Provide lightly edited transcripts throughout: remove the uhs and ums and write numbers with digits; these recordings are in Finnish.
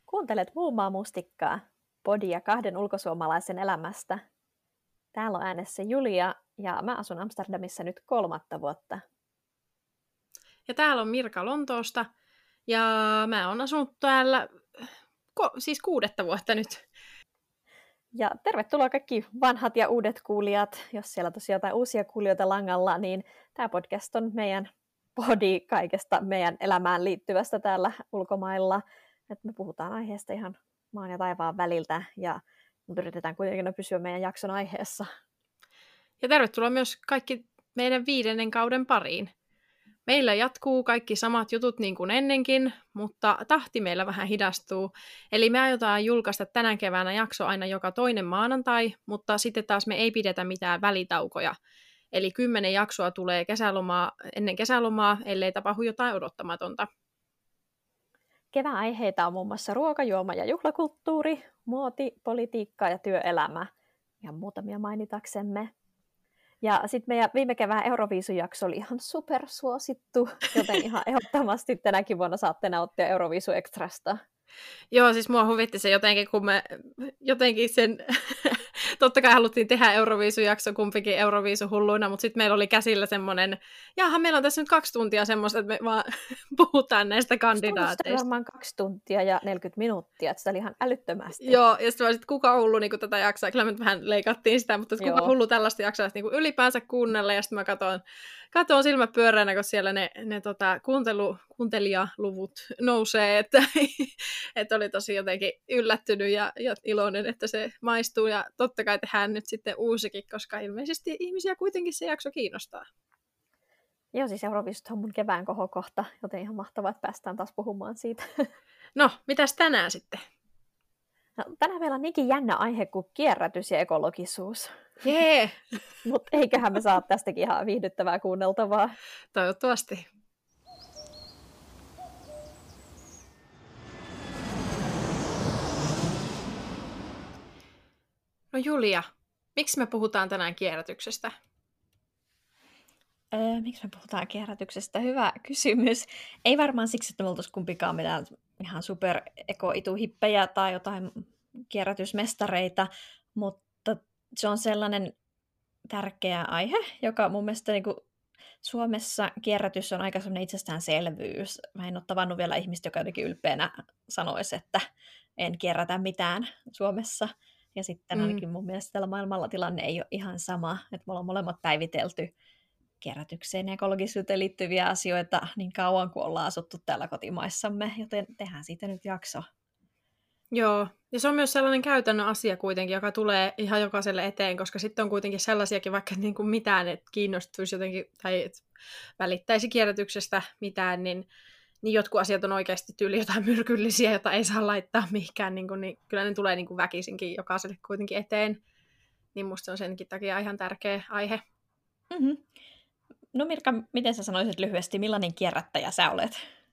Kuuntelet Muumaa mustikkaa, podia kahden ulkosuomalaisen elämästä. Täällä on äänessä Julia ja mä asun Amsterdamissa nyt 3. vuotta. Ja täällä on Mirka Lontoosta ja mä oon asunut täällä siis 6. vuotta nyt. Ja tervetuloa kaikki vanhat ja uudet kuulijat. Jos siellä tosiaan jotain uusia kuulijoita langalla, niin tämä podcast on meidän podi kaikesta meidän elämään liittyvästä täällä ulkomailla. Et me puhutaan aiheesta ihan maan ja taivaan väliltä ja yritetään kuitenkin pysyä meidän jakson aiheessa. Ja tervetuloa myös kaikki meidän 5. kauden pariin. Meillä jatkuu kaikki samat jutut niin kuin ennenkin, mutta tahti meillä vähän hidastuu. Eli me aiotaan julkaista tänä keväänä jakso aina joka toinen maanantai, mutta sitten taas me ei pidetä mitään välitaukoja. Eli 10 jaksoa tulee ennen kesälomaa, ellei tapahdu jotain odottamatonta. Kevään aiheita on muun muassa ruoka, juoma ja juhlakulttuuri, muoti, politiikka ja työelämä. Ihan muutamia mainitaksemme. Ja sitten meidän viime kevään Euroviisujakso oli ihan supersuosittu, joten ihan ehdottomasti tänäkin vuonna saatte nauttia Euroviisu Extrasta. Joo, siis mua huvitti se jotenkin, kun me jotenkin sen, totta kai haluttiin tehdä Euroviisujakso kumpikin Euroviisuhulluina, mutta sitten meillä oli käsillä semmoinen, jaha, meillä on tässä nyt 2 tuntia semmoista, että me vaan puhutaan näistä kandidaateista. Se varmaan 2 tuntia ja 40 minuuttia, että se oli ihan älyttömästi. Joo, ja sitten että kuka hullu niin tätä jaksaa, kyllä me vähän leikattiin sitä, mutta kuka hullu tällaista jaksaa niin ylipäänsä kuunnella, ja sitten mä katson silmät pyöreänä, kun siellä ne kuuntelijaluvut nousee, että oli tosi jotenkin yllättynyt ja iloinen, että se maistuu, ja totta kai tehdään nyt sitten uusikin, koska ilmeisesti ihmisiä kuitenkin se jakso kiinnostaa. Joo, siis Euroviisut on mun kevään kohokohta, joten ihan mahtavaa, että päästään taas puhumaan siitä. No, mitäs tänään sitten? No, tänään meillä on niinkin jännä aihe kuin kierrätys ja ekologisuus. Jee! Mutta eiköhän me saa tästäkin ihan viihdyttävää kuunneltavaa. Toivottavasti. No Julia, miksi me puhutaan tänään kierrätyksestä? Miksi me puhutaan kierrätyksestä? Hyvä kysymys. Ei varmaan siksi, että me oltaisiin kumpikaan mitään ihan super ekoituhippejä tai jotain kierrätysmestareita, mutta se on sellainen tärkeä aihe, joka mun mielestä niin kuin Suomessa kierrätys on aika sellainen itsestäänselvyys. Mä en ole tavannut vielä ihmistä, joka jotenkin ylpeänä sanoisi, että en kierrätä mitään Suomessa. Ja sitten ainakin mun mielestä tällä maailmalla tilanne ei ole ihan sama, että me ollaan molemmat päivitelty kierrätykseen ja ekologisuuteen liittyviä asioita niin kauan kuin ollaan asuttu täällä kotimaissamme, joten tehdään siitä nyt jakso. Joo, ja se on myös sellainen käytännön asia kuitenkin, joka tulee ihan jokaiselle eteen, koska sitten on kuitenkin sellaisiakin, vaikka niin kuin mitään, että kiinnostuisi jotenkin tai et välittäisi kierrätyksestä mitään, niin jotkut asiat on oikeasti tyyli jotain myrkyllisiä, jota ei saa laittaa mihinkään, niin kyllä ne tulee niin kuin väkisinkin jokaiselle kuitenkin eteen. Niin musta on senkin takia ihan tärkeä aihe. Mm-hmm. No Mirka, miten sä sanoisit lyhyesti, millainen kierrättäjä sä olet?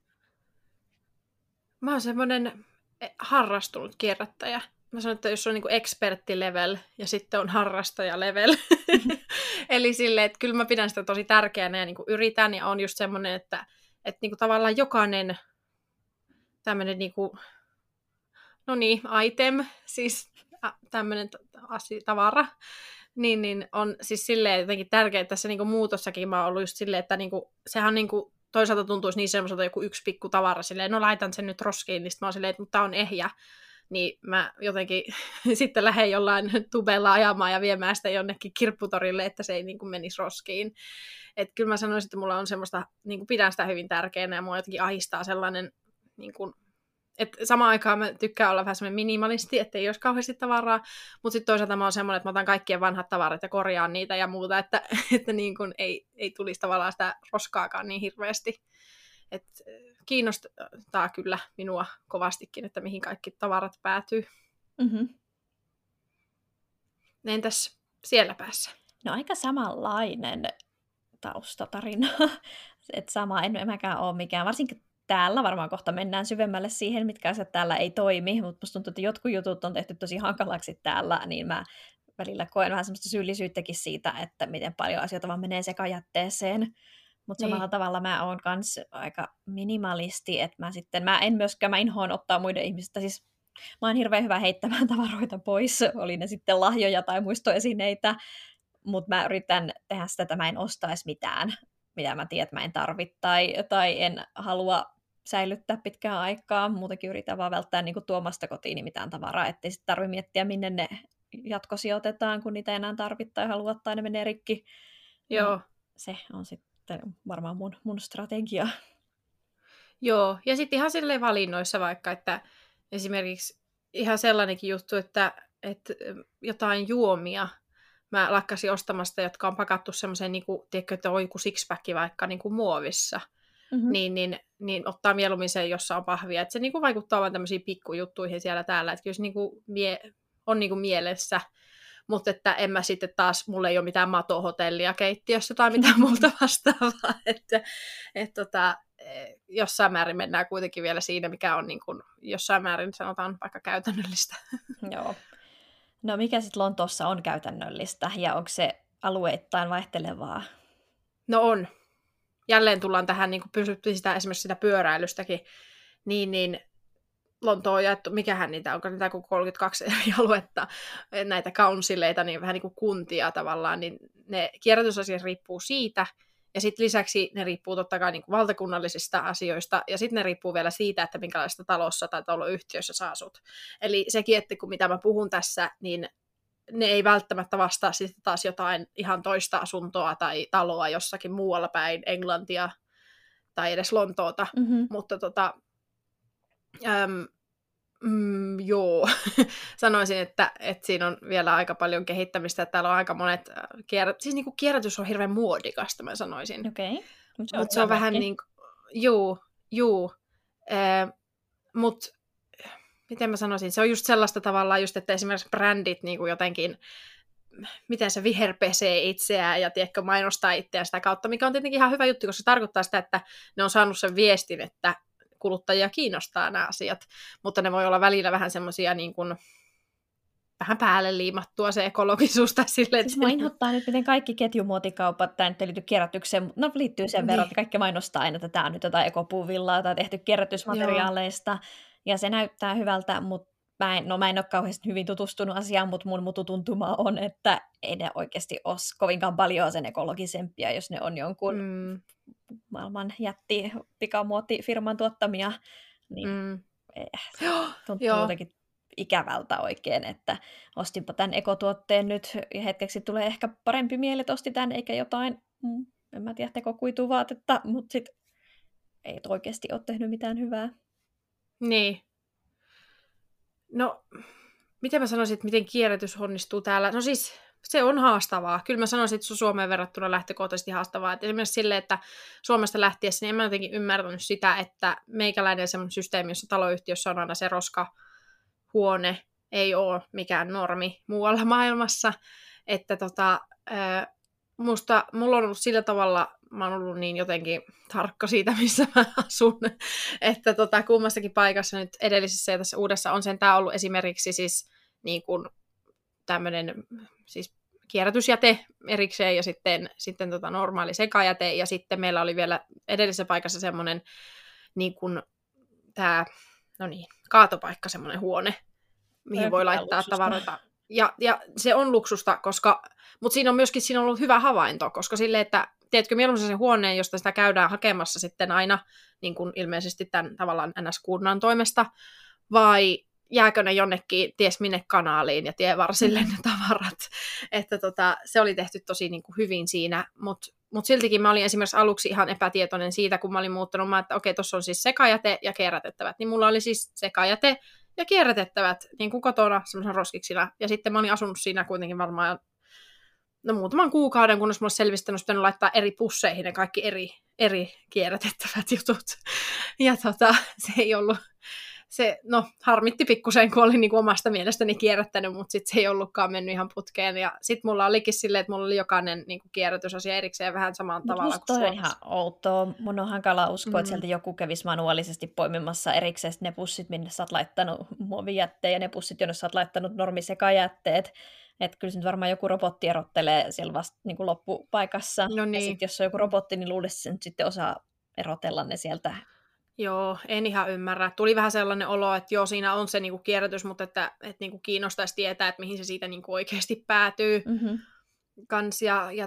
Mä oon semmoinen harrastunut kierrättäjä. Mä sanon, että jos on niinku expertti-level ja sitten on harrastaja-level. Eli silleen, että kyllä mä pidän sitä tosi tärkeänä ja niinku yritän ja on just semmoinen, että niinku tavallaan jokainen tämmöinen niinku, item, siis tämmöinen tavara, niin on siis silleen jotenkin tärkeää, että tässä niinku muutossakin mä oon ollut just silleen, että niinku, sehän niinku toisaalta tuntuisi niin semmoiselta joku yksi pikku tavara, silleen, no laitan sen nyt roskiin, niin sitten mä oon silleen, että mutta tää on ehjä. Niin mä jotenkin sitten lähden jollain tubella ajamaan ja viemään sitä jonnekin kirpputorille, että se ei niin kuin menisi roskiin. Että kyllä mä sanoisin, että mulla on semmoista, niin kuin pidän sitä hyvin tärkeänä ja mua jotenkin ahistaa sellainen, niin kuin, että samaan aikaan mä tykkään olla vähän semmoinen minimalisti, ettei olisi kauheasti tavaraa, mutta sitten toisaalta mä oon semmoinen, että mä otan kaikkien vanhat tavarat ja korjaan niitä ja muuta, että niin kuin ei tulisi tavallaan sitä roskaakaan niin hirveästi. Että kiinnostaa kyllä minua kovastikin, että mihin kaikki tavarat päätyy. Mm-hmm. Entäs siellä päässä? No aika samanlainen taustatarina. Että sama, en mäkään ole mikään, varsinkin täällä varmaan kohta mennään syvemmälle siihen, mitkä asiat täällä ei toimi, mutta musta tuntuu, että jotkut jutut on tehty tosi hankalaksi täällä, niin mä välillä koen vähän semmoista syyllisyyttäkin siitä, että miten paljon asioita vaan menee sekajätteeseen. Mutta Niin. samalla tavalla mä oon kans aika minimalisti, että mä inhoan ottaa muiden ihmisistä, siis mä oon hirveän hyvä heittämään tavaroita pois, oli ne sitten lahjoja tai muistoesineitä, mutta mä yritän tehdä sitä, että mä en ostaisi mitään, mitä mä tiedän, että mä en tarvitse tai en halua säilyttää pitkään aikaa. Muutenkin yritän vaan välttää niin kuin tuomasta kotiin mitään tavaraa, ettei sitten tarvitse miettiä, minne ne jatkosijoitetaan, kun niitä ei enää tarvitse tai halua tai ne menee rikki. Joo. Se on sitten varmaan mun strategia. Joo, ja sitten ihan silleen valinnoissa vaikka, että esimerkiksi ihan sellainenkin juttu, että jotain juomia mä lakkasin ostamasta, jotka on pakattu semmoiseen, niin kuin, tiedätkö, että on joku sixpack vaikka niin kuin muovissa, niin ottaa mieluummin sen, jossa on pahvia. Että se niin kuin vaikuttaa vain tämmöisiin pikkujuttuihin siellä täällä, että kyllä se niin kuin on niin kuin mielessä. Mutta että en mä sitten taas, mulla ei ole mitään matohotellia keittiössä tai mitään muuta vastaavaa. Että jossain määrin mennään kuitenkin vielä siinä, mikä on niin kuin, jossain määrin sanotaan vaikka käytännöllistä. Joo. No mikä sitten Lontoossa on käytännöllistä ja onko se alueittain vaihtelevaa? No on. Jälleen tullaan tähän, niin kuin pysyttiin esimerkiksi sitä pyöräilystäkin, niin Lontoon on jaettu, mikähän niitä, onko niitä kuin 32 eri aluetta, näitä councileita, niin vähän niin kuin kuntia tavallaan, niin ne kierrätysasiat riippuu siitä, ja sitten lisäksi ne riippuu totta kai niin kuin valtakunnallisista asioista, ja sitten ne riippuu vielä siitä, että minkälaista talossa tai taloyhtiössä sä asut. Eli sekin, että kun mitä mä puhun tässä, niin ne ei välttämättä vastaa sitten taas jotain ihan toista asuntoa tai taloa jossakin muualla päin Englantia tai edes Lontoota, mutta joo, sanoisin, että siinä on vielä aika paljon kehittämistä, että täällä on aika monet, siis niin kuin kierrätys on hirveän muodikasta, mä sanoisin. Okei. Mutta se on vähän niin kuin, mutta miten mä sanoisin, se on just sellaista tavallaan just, että esimerkiksi brändit niin kuin jotenkin, miten se viherpesee itseään ja tiedätkö, mainostaa itseään sitä kautta, mikä on tietenkin ihan hyvä juttu, koska se tarkoittaa sitä, että ne on saanut sen viestin, että kuluttajia kiinnostaa nämä asiat, mutta ne voi olla välillä vähän semmoisia niin kuin vähän päälle liimattua se ekologisuus tai silleen. Siis inhottaa nyt, miten kaikki ketjumuotikaupat, tämä nyt ei liity kierrätykseen, no liittyy sen verran, että kaikki mainostaa aina, että tämä on nyt jotain ekopuuvillaa tai tehty kierrätysmateriaaleista, ja se näyttää hyvältä, mutta mä en ole kauheasti hyvin tutustunut asiaan, mutta mun mututuntuma on, että ei ne oikeasti ole kovinkaan paljon sen ekologisempia, jos ne on jonkun maailman jätti pikamuotifirman tuottamia, niin tuntuu jotenkin ikävältä oikein, että ostinpa tämän ekotuotteen nyt ja hetkeksi tulee ehkä parempi mieli, että osti tämän eikä jotain, en mä tiedä, tekokuituvaatetta, mutta sit ei oikeasti ole tehnyt mitään hyvää. Niin. No, miten mä sanoisin, että miten kierrätys onnistuu täällä? No siis, se on haastavaa. Kyllä mä sanoisin, että se on Suomeen verrattuna lähtökohtaisesti haastavaa. Et esimerkiksi silleen, että Suomesta lähtiessä, niin en mä jotenkin ymmärtänyt sitä, että meikäläinen semmoinen systeemi, jossa taloyhtiössä on aina se roskahuone, ei ole mikään normi muualla maailmassa. Että mulla on ollut sillä tavalla, mä oon ollut niin jotenkin tarkka siitä, missä mä asun, että kummassakin paikassa nyt edellisessä ja tässä uudessa on sentään ollut esimerkiksi siis niin kuin tämmöinen siis kierrätysjäte erikseen ja sitten normaali sekajäte ja sitten meillä oli vielä edellisessä paikassa semmoinen niin kuin kaatopaikka, semmoinen huone, mihin voi laittaa tavaroita. Ja se on luksusta, mutta siinä on myöskin ollut hyvä havainto, koska silleen, että teetkö mieluummin sen huoneen, josta sitä käydään hakemassa sitten aina, niin kuin ilmeisesti tämän tavallaan NS-kunnan toimesta, vai jääkö ne jonnekin ties minne kanaaliin ja tienvarsille ne tavarat. Että se oli tehty tosi niin kuin hyvin siinä, mutta siltikin mä olin esimerkiksi aluksi ihan epätietoinen siitä, kun mä olin muuttanut, että okei, tuossa on siis sekajäte ja kierrätettävät, niin mulla oli siis sekajäte ja kierrätettävät niin kuin kotona semmoisen roskiksina. Ja sitten mä olin asunut siinä kuitenkin varmaan muutaman kuukauden, kunnes mulla selvisi, että pitänyt laittaa eri pusseihin ne kaikki eri kierrätettävät jutut. Ja se ei ollut se harmitti pikkusen, kun olin niinku omasta mielestäni kierrättänyt, mutta sitten se ei ollutkaan mennyt ihan putkeen. Ja sitten mulla olikin silleen, että mulla oli jokainen niinku kierrätysasia erikseen vähän samalla tavalla kuin Suomessa. Suomessa. Ihan outoa. Mun on hankala uskoa, että sieltä joku kävisi manuaalisesti poimimassa erikseen ne pussit, minne sä oot laittanut muovijätteen ja ne pussit, jonne sä oot laittanut normisekajätteet. Että kyllä se nyt varmaan joku robotti erottelee siellä vasta niin kuin loppupaikassa. No niin. Ja sitten jos on joku robotti, niin luulisi, että se nyt sitten osaa erotella ne sieltä. Joo, en ihan ymmärrä. Tuli vähän sellainen olo, että joo, siinä on se niinku kierrätys, mutta että niinku kiinnostaisi tietää, että mihin se siitä niinku oikeasti päätyy. Kans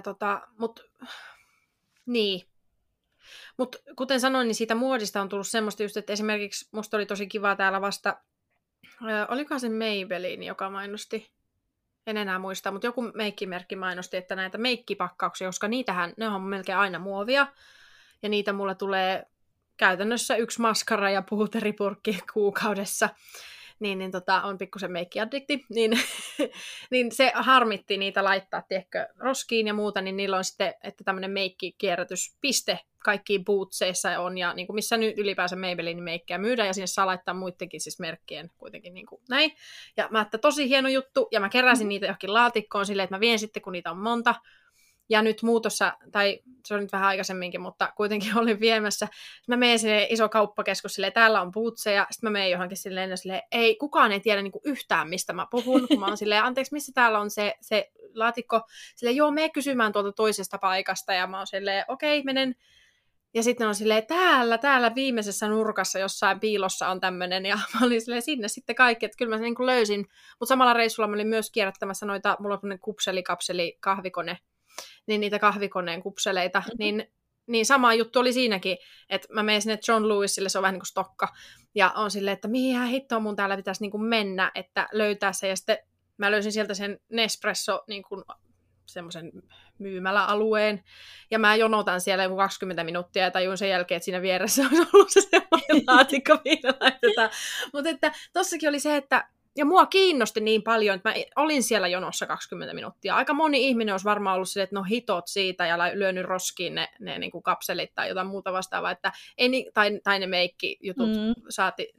niin. Mutta kuten sanoin, niin siitä muodista on tullut semmoista just, että esimerkiksi musta oli tosi kiva täällä vasta, olikohan se Maybelline, joka mainosti, en enää muista, mutta joku meikkimerkki mainosti, että näitä meikkipakkauksia, koska ne on melkein aina muovia, ja niitä mulle tulee käytännössä 1 maskara ja puuteripurkki kuukaudessa, niin on pikkusen meikkiaddikti, niin se harmitti niitä laittaa, tiedätkö, roskiin ja muuta, niin niillä on sitten, että tämmöinen meikkikierrätyspiste kaikkiin bootseissa on, ja niin kuin missä nyt ylipäänsä Maybelline meikkejä myydään, ja sinne saa laittaa muidenkin siis merkkien kuitenkin niin kuin näin. Ja mä että tosi hieno juttu, ja mä keräsin niitä johonkin laatikkoon silleen, että mä vien sitten, kun niitä on monta. Ja nyt muutossa, tai se on nyt vähän aikaisemminkin, mutta kuitenkin olin viemässä. Mä menen sinne iso kauppakeskus, silleen, täällä on bootseja. Sitten mä menen johonkin silleen, ei, kukaan ei tiedä niinku yhtään, mistä mä puhun. Kun mä oon silleen, anteeksi, missä täällä on se laatikko? Silleen, joo, mene kysymään tuolta toisesta paikasta. Ja mä oon silleen, okei, menen. Ja sitten on silleen, täällä viimeisessä nurkassa jossain piilossa on tämmöinen. Ja mä olin silleen, sinne sitten kaikki. Että kyllä mä sen niin kuin löysin. Mutta samalla reissulla mä olin myös kierrättämässä noita, mulla on kupseli, kahvikone. Niin niitä kahvikoneen kupseleita, niin sama juttu oli siinäkin, että mä menen sinne John Lewisille, se on vähän niin kuin stokka, ja on silleen, että mihin hittoon mun täällä pitäisi niin kuin mennä, että löytää se, ja sitten mä löysin sieltä sen Nespresso niin kuin semmoisen myymäläalueen, ja mä jonotan siellä joku 20 minuuttia, ja tajuin sen jälkeen, että siinä vieressä olisi ollut se semmoinen laatikko, mihin laitetaan. Mutta että tossakin oli se, että ja mua kiinnosti niin paljon, että mä olin siellä jonossa 20 minuuttia. Aika moni ihminen olisi varmaan ollut silleen, että no hitot siitä ja lyönyt roskiin ne niin kuin kapselit tai jotain muuta vastaavaa. Että ei, tai ne meikkijutut saati,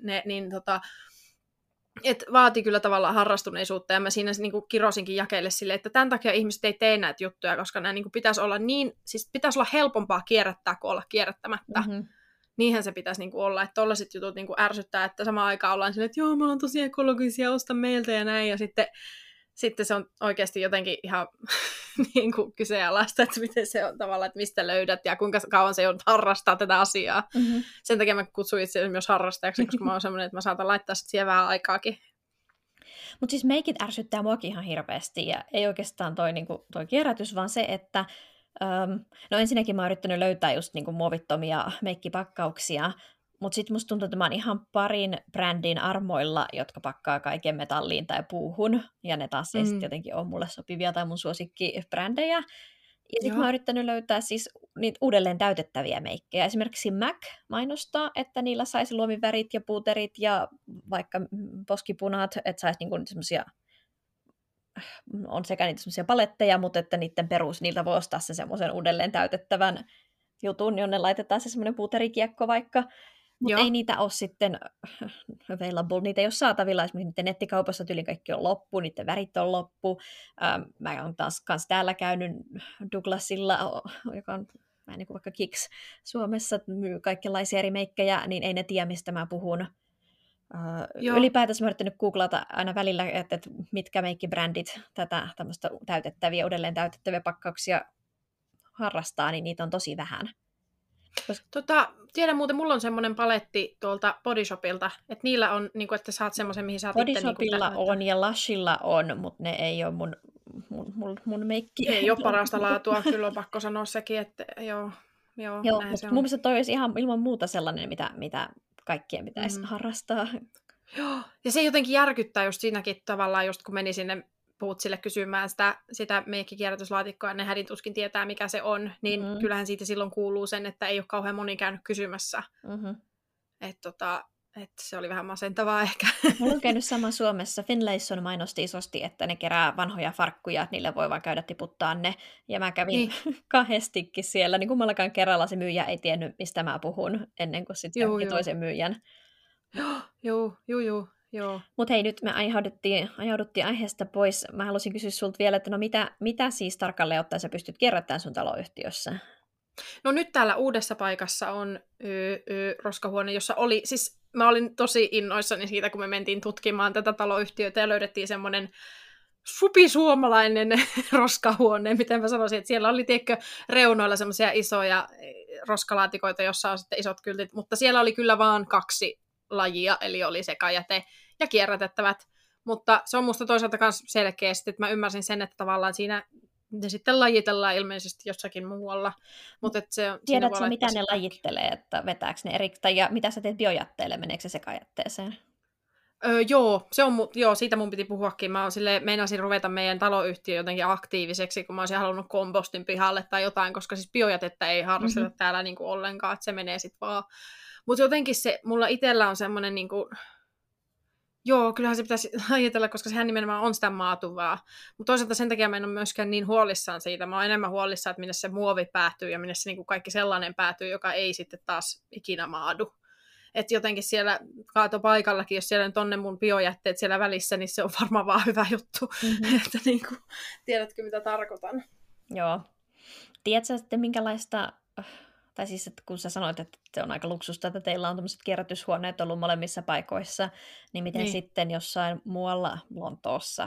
että vaati kyllä tavallaan harrastuneisuutta. Ja mä siinä niin kuin kirosinkin jakeille silleen, että tämän takia ihmiset ei tee näitä juttuja, koska nämä niin kuin pitäisi olla helpompaa kierrättää kuin olla kierrättämättä. Niinhän se pitäisi niinku olla, että tollaiset jutut niinku ärsyttää, että samaan aikaan ollaan silleen, että joo, me ollaan tosi ekologisia, osta meiltä ja näin, ja sitten se on oikeasti jotenkin ihan niinku kyseenalaista, että miten se on tavallaan, että mistä löydät ja kuinka kauan se on harrastaa tätä asiaa. Sen takia mä kutsuin itse myös harrastajaksi, koska mä oon semmoinen, että mä saatan laittaa sitten siihen vähän aikaakin. Mutta siis meikit ärsyttää muakin ihan hirveästi, ja ei oikeastaan toi kierrätys, vaan se, että no ensinnäkin mä oon yrittänyt löytää just niinku muovittomia meikkipakkauksia, mutta sitten musta tuntuu, että mä oon ihan parin brändin armoilla, jotka pakkaa kaiken metalliin tai puuhun, ja ne taas ei sitten jotenkin ole mulle sopivia tai mun suosikkibrändejä. Ja sitten mä oon yrittänyt löytää siis niitä uudelleen täytettäviä meikkejä. Esimerkiksi MAC mainostaa, että niillä saisi luomivärit ja puuterit ja vaikka poskipunat, että saisi niinku semmoisia on sekä niitä semmoisia paletteja, mutta että niiden niiltä voi ostaa se semmoisen uudelleen täytettävän jutun, jonne laitetaan se semmoinen puuterikiekko vaikka. Mutta ei niitä ole sitten available, niitä ei ole saatavilla. Esimerkiksi niiden nettikaupassa tyyli kaikki on loppu, niiden värit on loppu. Mä oon taas kans täällä käynyt Douglasilla, joka on vähän niin kuin vaikka Kicks Suomessa, myy kaikenlaisia eri meikkejä, niin ei ne tiedä, mistä mä puhun. Ylipäätänsä mä oon yrittänyt googlata aina välillä, että mitkä meikkibrändit tätä tämmöistä uudelleen täytettäviä pakkauksia harrastaa, niin niitä on tosi vähän. Tiedän muuten, mulla on semmoinen paletti tuolta Body Shopilta, että niillä on, niin kuin, että saat semmoisen, mihin saat Body Shopilla niin on ja Lushilla on, mutta ne ei ole mun meikki. Ei ole parasta laatua, kyllä on pakko sanoa sekin, että joo näin se on. Mun mielestä toi olisi ihan ilman muuta sellainen, mitä kaikkien pitäisi harrastaa. Joo, ja se jotenkin järkyttää just siinäkin tavallaan, just kun meni sinne Bootsille kysymään sitä meikkikierrätyslaatikkoa, ja ne hädintuskin tietää, mikä se on, niin kyllähän siitä silloin kuuluu sen, että ei ole kauhean moni käynyt kysymässä. Että se oli vähän masentavaa ehkä. Mulla on käynyt sama Suomessa. Finlayson mainosti isosti, että ne kerää vanhoja farkkuja, että niille voi vaan käydä tiputtaa ne. Ja mä kävin kahdestikin siellä, niin kummallakaan kerralla se myyjä ei tiennyt, mistä mä puhun, ennen kuin sitten toisen myyjän Joo. Mutta hei, nyt me ajauduttiin aiheesta pois. Mä haluaisin kysyä sulta vielä, että no mitä siis tarkalleen ottaen sä pystyt kierrättämään sun taloyhtiössä? No nyt täällä uudessa paikassa on roskahuone, jossa oli, siis mä olin tosi innoissani siitä, kun me mentiin tutkimaan tätä taloyhtiötä ja löydettiin semmoinen supisuomalainen roskahuone, miten mä sanoisin, että siellä oli reunoilla semmoisia isoja roskalaatikoita, jossa on sitten isot kyltit, mutta siellä oli kyllä vaan 2 lajia, eli oli sekajäte ja kierrätettävät, mutta se on musta toisaalta myös selkeästi, että mä ymmärsin sen, että tavallaan siinä ne sitten lajitellaan ilmeisesti jossakin muualla. Mutta tiedätkö, mitä ne lajittelee, että vetääkö ne eri, ja mitä sä teet biojätteelle, meneekö se sekajätteeseen? Joo, siitä mun piti puhuakin. Mä meinasin ruveta meidän taloyhtiö jotenkin aktiiviseksi, kun mä olisin halunnut kompostin pihalle tai jotain, koska siis biojätettä ei harrasteta täällä niinku ollenkaan, että se menee sit vaan. Mutta jotenkin mulla itsellä on semmoinen niinku, joo, kyllähän se pitäisi ajatella, koska sehän nimenomaan on sitä maatuvaa. Mutta toisaalta sen takia mä en ole myöskään niin huolissaan siitä. Mä oon enemmän huolissaan, että minne se muovi päätyy ja minne se niinku kaikki sellainen päätyy, joka ei sitten taas ikinä maadu. Että jotenkin siellä kaatopaikallakin, jos siellä on tonne mun biojätteet siellä välissä, niin se on varmaan vaan hyvä juttu. Että niinku, tiedätkö mitä tarkoitan? Joo. Tiedätkö sitten minkälaista, tai siis että kun sä sanoit, että se on aika luksusta, että teillä on tämmöiset kierrätyshuoneet ollut molemmissa paikoissa, niin miten sitten jossain muualla Lontoossa?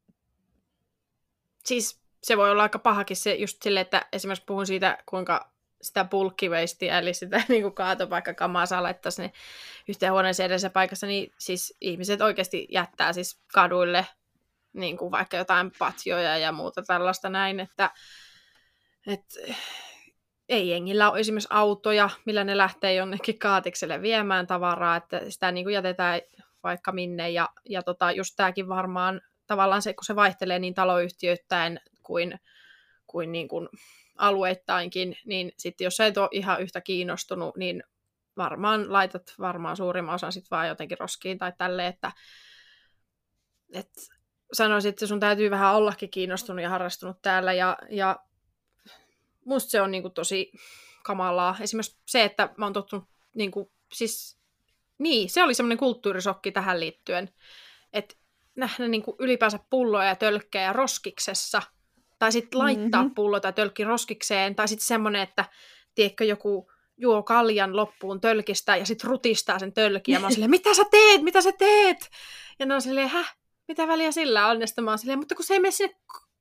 Siis se voi olla aika pahakin se just silleen, että esimerkiksi puhun siitä, kuinka sitä bulky wastea, eli sitä niin kuin kaatopaikkakamaa saa laittaa sinne yhteen huoneeseen edellisessä paikassa, niin siis ihmiset oikeasti jättää siis kaduille niin kuin vaikka jotain patjoja ja muuta tällaista näin, että ei jengillä ole esimerkiksi autoja, millä ne lähtee jonnekin kaatikselle viemään tavaraa, että sitä niin kuin jätetään vaikka minne, ja just tämäkin varmaan tavallaan se, kun se vaihtelee niin taloyhtiöittäin kuin niin kuin alueittainkin, niin sitten jos et ole ihan yhtä kiinnostunut, niin laitat suurimman osan sitten vaan jotenkin roskiin tai tälleen, että sanoisin, että sun täytyy vähän ollakin kiinnostunut ja harrastunut täällä, ja musta se on niinku tosi kamalaa. Esimerkiksi se, että mä oon tottunut, se oli semmoinen kulttuurisokki tähän liittyen, että nähdä niinku ylipäänsä pulloja ja tölkkejä roskiksessa, tai sitten laittaa pullo tai tölkki roskikseen, tai sitten semmoinen, että tiedätkö, joku juo kaljan loppuun tölkistä ja sitten rutistaa sen tölkin, ja mä oon silleen, mitä sä teet? Ja ne on silleen, mitä väliä sillä on? Ja sitten mä oon silleen, mutta kun se ei mene sinne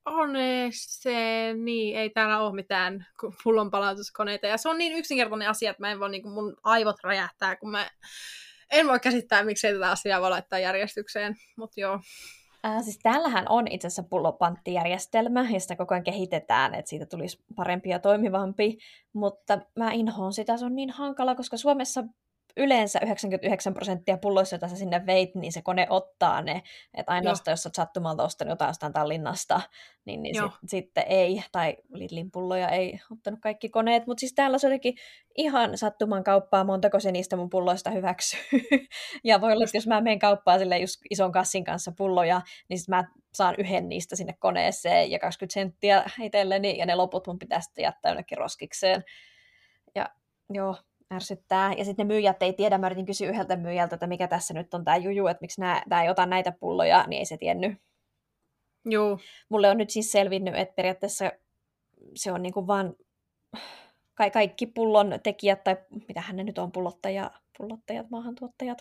koneeseen, niin ei täällä ole mitään pullonpalautuskoneita. Ja se on niin yksinkertainen asia, että mä en voi, niin kuin mun aivot räjähtää, kun mä en voi käsittää, miksei tätä asiaa voi laittaa järjestykseen, mutta joo. Siis täällähän on itse asiassa pullopanttijärjestelmä, ja sitä koko ajan kehitetään, että siitä tulisi parempi ja toimivampi, mutta mä inhoon sitä, se on niin hankala, koska Suomessa yleensä 99% pulloissa, joita sä sinne veit, niin se kone ottaa ne. Että ainoastaan, jos olet sattumalta ostanut jotain jostain Tallinnasta, niin sitten ei. Tai Lidlin pulloja ei ottanut kaikki koneet. Mutta siis täällä se olikin ihan sattuman kauppaa, montako se niistä mun pulloista hyväksyy. Ja voi olla, että jos mä menen kauppaan just ison kassin kanssa pulloja, niin sit mä saan yhden niistä sinne koneeseen ja 20 senttiä itselleni, ja ne loput mun pitää sitten jättää jonnekin roskikseen. Ja joo, ärsyttää. Ja sitten ne myyjät ei tiedä, mä yritin kysyä yhdeltä myyjältä, että mikä tässä nyt on tämä juju, että miksi tämä ei ota näitä pulloja, niin ei se tiennyt. Joo. Mulle on nyt siis selvinnyt, että periaatteessa se on niinku vaan kaikki pullon tekijät, tai mitähän ne nyt on, pullottajat, maahantuottajat,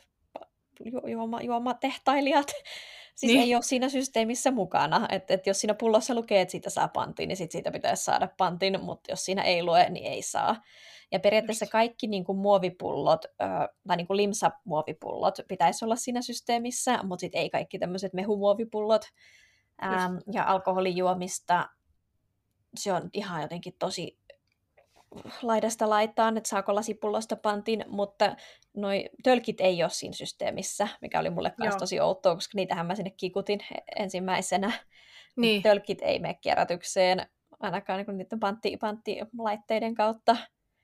juomatehtailijat, siis ei ole siinä systeemissä mukana. Et jos siinä pullossa lukee, että siitä saa pantin, niin siitä pitäisi saada pantin, mutta jos siinä ei lue, niin ei saa. Ja periaatteessa kaikki niin kuin muovipullot, tai niin kuin limsamuovipullot pitäisi olla siinä systeemissä, mutta sitten ei kaikki tämmöiset mehumuovipullot ja alkoholijuomista. Se on ihan jotenkin tosi laidasta laitaan, että saako lasipullosta pantin, mutta noi tölkit ei ole siinä systeemissä, mikä oli mulle myös tosi outoa, koska niitähän mä sinne kikutin ensimmäisenä. Niin. Tölkit ei mene kierrätykseen, ainakaan niin niiden panttilaitteiden kautta.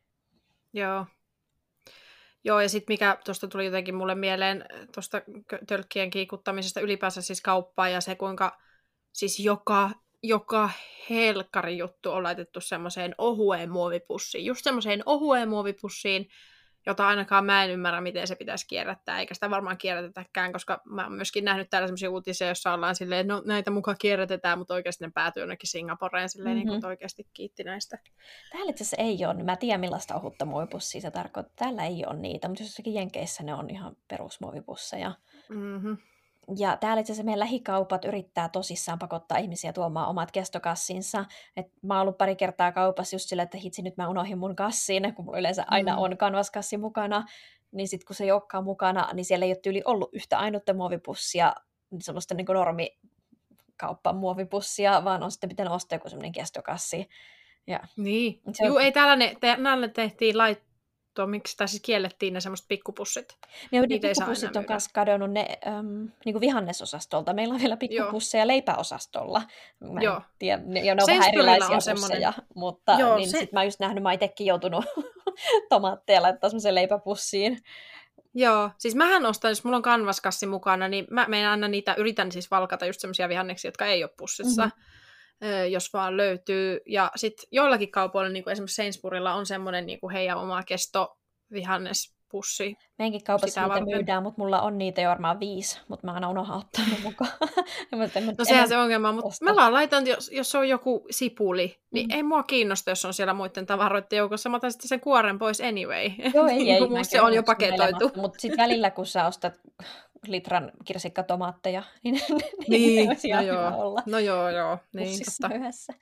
Joo, ja sitten mikä tuosta tuli jotenkin mulle mieleen tuosta tölkkien kiikuttamisesta ylipäänsä siis kauppaan, ja se kuinka siis joka helkkari juttu on laitettu semmoiseen ohueen muovipussiin. Just semmoiseen ohueen muovipussiin, jota ainakaan mä en ymmärrä, miten se pitäisi kierrättää, eikä sitä varmaan kierrätetäkään, koska mä oon myöskin nähnyt täällä sellaisia uutisia, joissa ollaan silleen, no näitä mukaan kierrätetään, mutta oikeasti ne päätyy jonnekin Singaporeen silleen, niin kuin oikeasti kiitti näistä. Täällä itse asiassa ei ole, niin mä tiedän millaista ohutta muovipussia se tarkoittaa. Täällä ei ole niitä, mutta jossakin Jenkeissä ne on ihan perusmuovipusseja. Mm-hmm. Ja täällä itse asiassa meidän lähikaupat yrittää tosissaan pakottaa ihmisiä tuomaan omat kestokassinsa. Et mä oon ollut pari kertaa kaupassa just silleen, että hitsi, nyt mä unohdin mun kassin, kun mulla yleensä aina on kanvaskassi mukana. Niin sitten kun se ei olekaan mukana, niin siellä ei ole tyyli ollut yhtä ainutta muovipussia, sellaista niin kuin normikauppan muovipussia, vaan on sitten pitänyt ostaa joku semmoinen kestokassi. Ja niin. se on... ei täällä tehtiin miksi, tai siis kiellettiin ne semmoiset pikkupussit. Ne pikkupussit on myös kadonnut ne niin kuin vihannesosastolta. Meillä on vielä pikkupusseja leipäosastolla. Mä en tiedä, ja ne on vähän erilaisia pusseja, mutta niin sit mä oon just nähnyt, mä oon itsekin joutunut tomaatteja laittaa semmoiseen leipäpussiin. Joo, siis mähän ostan, jos mulla on kanvaskassi mukana, niin mä aina niitä yritän siis valkata just semmoisia vihanneksia, jotka ei ole pussissa. Jos vaan löytyy. Ja sitten joillakin kaupoilla, niin kuin esimerkiksi Sainsburylla, on semmoinen niin kuin heidän oma kestovihanespussi. Meidänkin kaupassa niitä myydään, mutta mulla on niitä jo varmaan 5, mutta mä aina unohdan ottaa ne mukaan. No sehän se ongelma, mutta mä vaan laitan, jos on joku sipuli, niin ei mua kiinnosta, jos on siellä muiden tavaroiden joukossa. Mä otan sitten sen kuoren pois anyway. Joo, ei. Se on jo paketoitu. Mutta sitten välillä, kun sä ostat litran kirsikkatomaatteja, niin niin olisi ihan hyvä olla. No joo. Niin, yhdessä.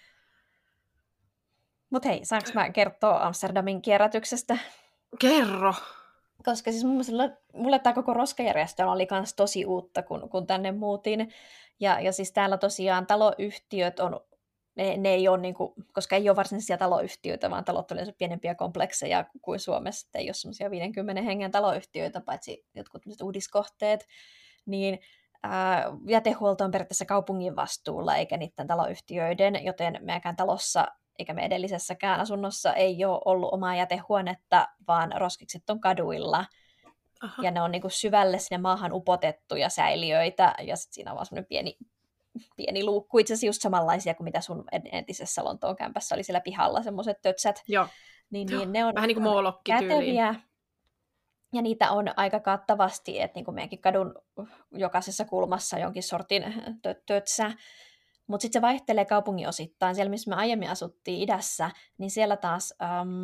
Mutta hei, saanko mä kertoa Amsterdamin kierrätyksestä? Kerro! Koska siis mulle tämä koko roskajärjestelmä oli myös tosi uutta, kun tänne muutin. Ja siis täällä tosiaan taloyhtiöt on, ne ei ole, niinku, koska ei ole varsinaisia taloyhtiöitä, vaan talot on pienempiä komplekseja kuin Suomessa. Ei ole semmoisia 50 hengen taloyhtiöitä, paitsi jotkut uudiskohteet. Niin jätehuolto on periaatteessa kaupungin vastuulla, eikä niiden taloyhtiöiden, joten meidänkään talossa eikä me edellisessäkään asunnossa ei ole ollut omaa jätehuonetta, vaan roskikset on kaduilla. Aha. Ja ne on niin kuin syvälle sinne maahan upotettuja säiliöitä, ja sitten siinä on vaan semmoinen pieni luukku, itse asiassa just samanlaisia kuin mitä sun entisessä Lontoon kämpässä oli siellä pihalla, semmoiset tötsät. Joo. Niin ne on vähän niin kuin moolokki-tyyliin. Ja niitä on aika kattavasti, että niin kuin meidänkin kadun jokaisessa kulmassa jonkin sortin tötsä. Mutta sitten se vaihtelee kaupungin osittain. Siellä, missä me aiemmin asuttiin idässä, niin siellä taas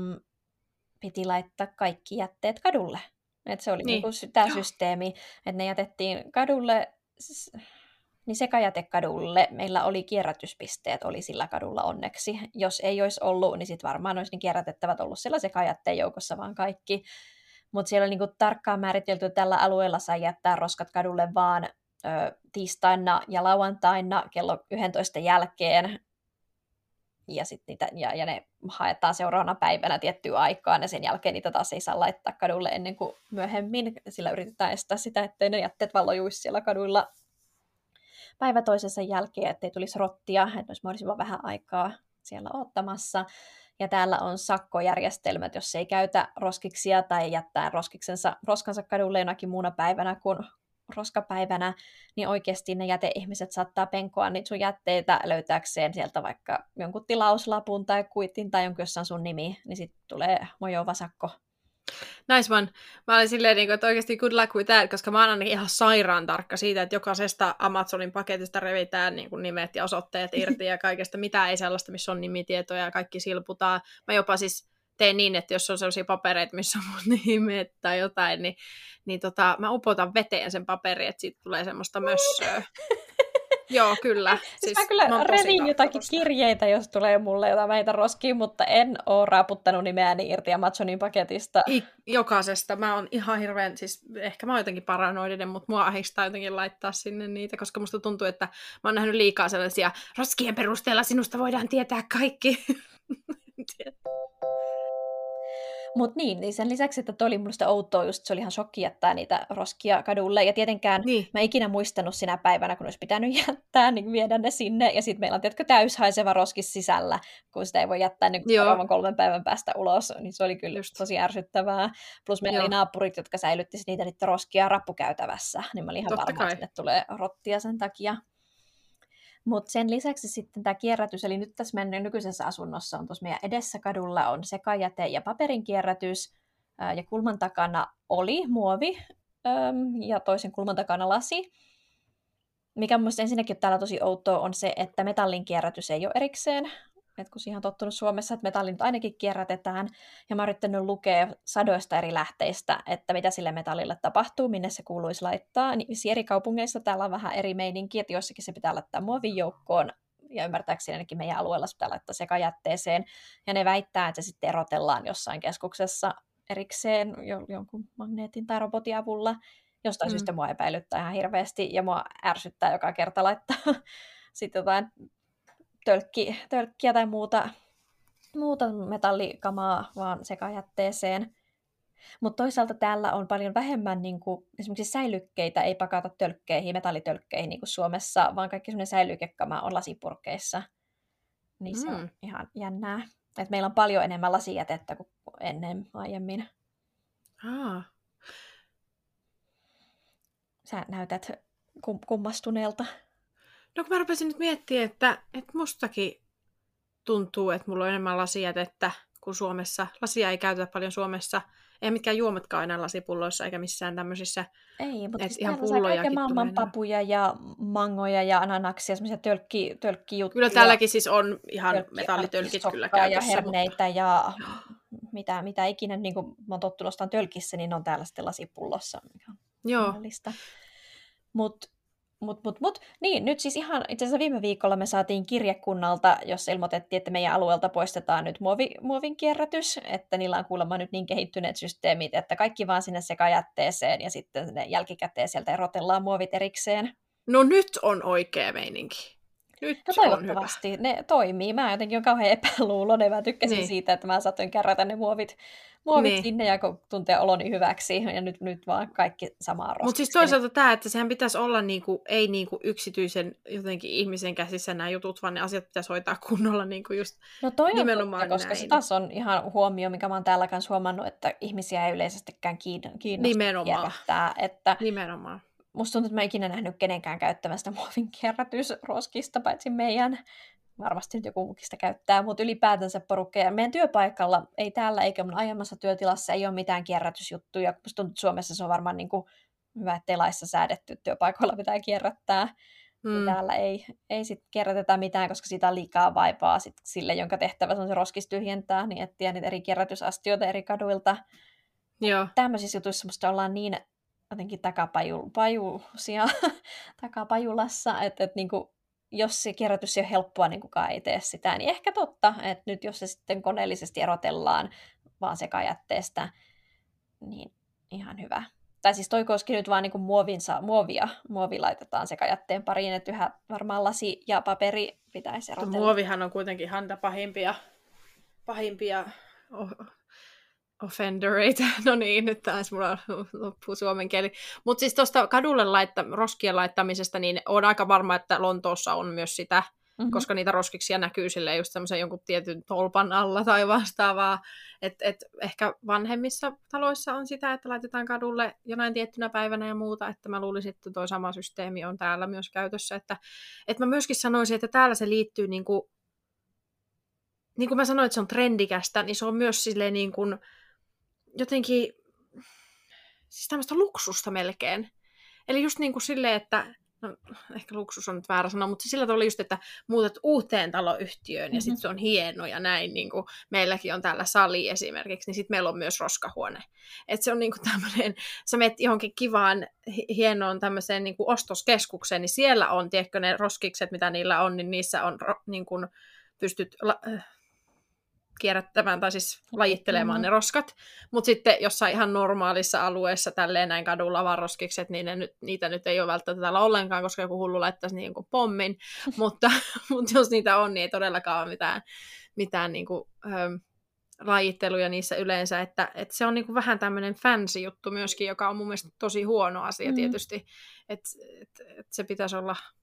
piti laittaa kaikki jätteet kadulle. Et se oli niinku tämä systeemi, että ne jätettiin kadulle, niin sekajätekadulle. Meillä oli kierrätyspisteet, oli sillä kadulla onneksi. Jos ei olisi ollut, niin sitten varmaan olisi niin kierrätettävät ollut siellä sekajätteen joukossa vaan kaikki. Mutta siellä oli niinku tarkkaan määritelty, että tällä alueella saa jättää roskat kadulle vaan tiistaina ja lauantaina kello 11 jälkeen, ja, ja ne haetaan seuraavana päivänä tiettyyn aikaan, ja sen jälkeen niitä taas ei saa laittaa kadulle ennen kuin myöhemmin, sillä yritetään estää sitä, ettei ne jätteet vallojuisi siellä kaduilla päivä toisensa jälkeen, ettei tulisi rottia, että olisi mahdollisimman vähän aikaa siellä odottamassa. Ja täällä on sakkojärjestelmät, jos ei käytä roskiksia tai jättää roskansa kadulle jonakin muuna päivänä kuin roskapäivänä, niin oikeasti ne jäteihmiset saattaa penkoa niitä sun jätteitä löytääkseen sieltä vaikka jonkun tilauslapun tai kuitin tai jonkun jossain sun nimi, niin sitten tulee mojova sakko. Nice one. Mä olin silleen, että oikeasti good luck with that, koska mä oon ainakin ihan sairaan tarkka siitä, että jokaisesta Amazonin paketista revitään niin kuin nimet ja osoitteet irti ja kaikesta, mitä ei sellaista, missä on nimitietoja ja kaikki silputaan. Mä jopa siis teen niin, että jos on sellaisia papereita, missä on mun nimet tai jotain, niin mä upotan veteen sen paperin, että siitä tulee semmoista mössöä. Joo, kyllä. Siis mä kyllä revin jotakin kirjeitä, jos tulee mulle jotain meitä roskiin, mutta en ole raaputtanut nimeäni irti Amazonin paketista. Jokaisesta. Mä oon ihan hirveän, siis ehkä mä oon jotenkin paranoidinen, mutta mua ahdistaa jotenkin laittaa sinne niitä, koska musta tuntuu, että mä oon nähnyt liikaa sellaisia roskien perusteella sinusta voidaan tietää kaikki. Mutta niin sen lisäksi, että toi oli minusta outoa, just se oli ihan shokki jättää niitä roskia kadulle. Ja tietenkään mä ikinä muistanut sinä päivänä, kun olisi pitänyt jättää, niin viedä ne sinne. Ja sitten meillä on tietysti täyshaiseva roskis sisällä, kun sitä ei voi jättää niin seuraavan 3 päivän päästä ulos. Niin se oli kyllä just tosi ärsyttävää. Plus meillä oli naapurit, jotka säilytti niitä roskia rappukäytävässä. Niin mä olin ihan varma, että sinne tulee rottia sen takia. Mutta sen lisäksi sitten tämä kierrätys, eli nyt tässä meidän nykyisessä asunnossa on tuossa meidän edessä kadulla on sekajäte ja paperin kierrätys. ja kulman takana oli muovi ja toisen kulman takana lasi. Mikä mun mielestä ensinnäkin täällä tosi outoa on se, että metallin kierrätys ei ole erikseen. Et kun siihen on tottunut Suomessa, että metalli nyt ainakin kierrätetään, ja mä oon yrittänyt lukea sadoista eri lähteistä, että mitä sille metallille tapahtuu, minne se kuuluisi laittaa. Niin eri kaupungeissa täällä on vähän eri meininki, että joissakin se pitää laittaa muovin joukkoon, ja ymmärtääkseni ainakin meidän alueella se pitää laittaa sekajätteeseen, ja ne väittää, että se sitten erotellaan jossain keskuksessa erikseen jonkun magneetin tai robotin avulla. Jostain syystä mua epäilyttää ihan hirveästi, ja mua ärsyttää joka kerta laittaa sitten jotain tölkkiä tai muuta metallikamaa vaan sekajätteeseen. Mutta toisaalta täällä on paljon vähemmän niin kuin, esimerkiksi säilykkeitä ei pakata metallitölkkeihin niin kuin Suomessa, vaan kaikki semmoinen säilykekama on lasipurkeissa. Niin se on ihan jännää. Et meillä on paljon enemmän lasijätettä kuin aiemmin. Sä näytät kummastuneelta. No kun mä rupesin nyt miettimään, että mustakin tuntuu, että mulla on enemmän lasijätettä kuin Suomessa. Lasia ei käytetä paljon Suomessa. Ei mitkään juomatkaan enää lasipulloissa eikä missään tämmöisissä. Ei, mutta siis ihan kaiken maailman papuja ja mangoja ja ananaksia, semmoisia tölkkijuttuja. Kyllä täälläkin siis on ihan metallitölkit kyllä käytössä. Ja herneitä ja mitä ikinä, niin kuin mä oon tottunut ostamaan tölkissä, niin ne on täällä sitten lasipullossa. Joo. Niin, nyt siis ihan itse asiassa viime viikolla me saatiin kirjekunnalta, jossa ilmoitettiin, että meidän alueelta poistetaan nyt muovin kierrätys, että niillä on kuulemma nyt niin kehittyneet systeemit, että kaikki vaan sinne sekajätteeseen ja sitten ne jälkikäteen sieltä erotellaan muovit erikseen. No nyt on oikea meininki. Nyt toivottavasti ne toimii. Mä jotenkin on kauhean epäluuloinen. Mä tykkäsin siitä, että mä saatoin kärrätä ne muovit sinne ja tuntee oloni hyväksi. Ja nyt vaan kaikki samaa roskiksi. Mutta siis toisaalta tämä, että sehän pitäisi olla ei yksityisen jotenkin ihmisen käsissä nämä jutut, vaan ne asiat pitäisi hoitaa kunnolla just nimenomaan totta, koska se taas on ihan huomio, mikä mä oon täällä kanssa huomannut, että ihmisiä ei yleisestikään kiinnosta kierrättää. Nimenomaan. Musta tuntuu, että mä en ikinä nähnyt kenenkään käyttämästä muovin kierrätysroskista, paitsi meidän. Varmasti nyt joku muukin sitä käyttää, mutta ylipäätänsä porukka. Ja meidän työpaikalla, ei täällä eikä mun aiemmassa työtilassa, ei ole mitään kierrätysjuttuja. Musta tuntuu, että Suomessa se on varmaan hyvä, ettei laissa säädetty, että työpaikoilla pitää kierrättää. Täällä ei sit kierrätetä mitään, koska siitä on liikaa vaivaa sit sille, jonka tehtävä on se roskis tyhjentää, niin etsiä niitä eri kierrätysastioita eri kaduilta. Joo. Tämmöisissä jutuissa musta ollaan niin jotenkin takapajulassa, että jos se kierrätys ei ole helppoa, niin kukaan ei tee sitä, niin ehkä totta, että nyt jos se sitten koneellisesti erotellaan vaan sekajätteestä, niin ihan hyvä. Tai siis toi koski nyt vaan muovi laitetaan sekajätteen pariin, että yhä varmaan lasi ja paperi pitäisi erotella. Muovihan on kuitenkin ihan pahimpia offendereita. No niin, nyt taas mulla loppuu suomen kieli. Mutta siis tuosta kadulle roskien laittamisesta, niin on aika varma, että Lontoossa on myös sitä, koska niitä roskiksia näkyy silleen just semmoisen jonkun tietyn tolpan alla tai vastaavaa. Et ehkä vanhemmissa taloissa on sitä, että laitetaan kadulle jonain tiettynä päivänä ja muuta, että mä luulisin, että toi sama systeemi on täällä myös käytössä. Että mä myöskin sanoisin, että täällä se liittyy niin kuin mä sanoin, että se on trendikästä, niin se on myös silleen niin kuin jotenkin, siis tämmöistä luksusta melkein. Eli just niin kuin silleen, että, no ehkä luksus on nyt väärä sana, mutta sillä tavalla just, että muutat uuteen taloyhtiöön ja sitten se on hieno ja näin, niin kuin meilläkin on täällä sali esimerkiksi, niin sitten meillä on myös roskahuone. Että se on niin kuin tämmöinen, sä menet johonkin kivaan, hienoon tämmöiseen niin kuin ostoskeskukseen, niin siellä on, tiedätkö, ne roskikset, mitä niillä on, niin niissä on niin kuin pystyt kierrättämään tai siis lajittelemaan ne roskat, mutta sitten jossain ihan normaalissa alueessa tälleen näin kadulla vaan roskikset, niin niitä nyt ei ole välttämättä täällä ollenkaan, koska joku hullu laittaisi niin kuin pommin, mutta jos niitä on, niin ei todellakaan ole mitään niin kuin, lajitteluja niissä yleensä, että se on niin kuin vähän tämmöinen fancy juttu myöskin, joka on mun mielestä tosi huono asia tietysti, että se pitäisi olla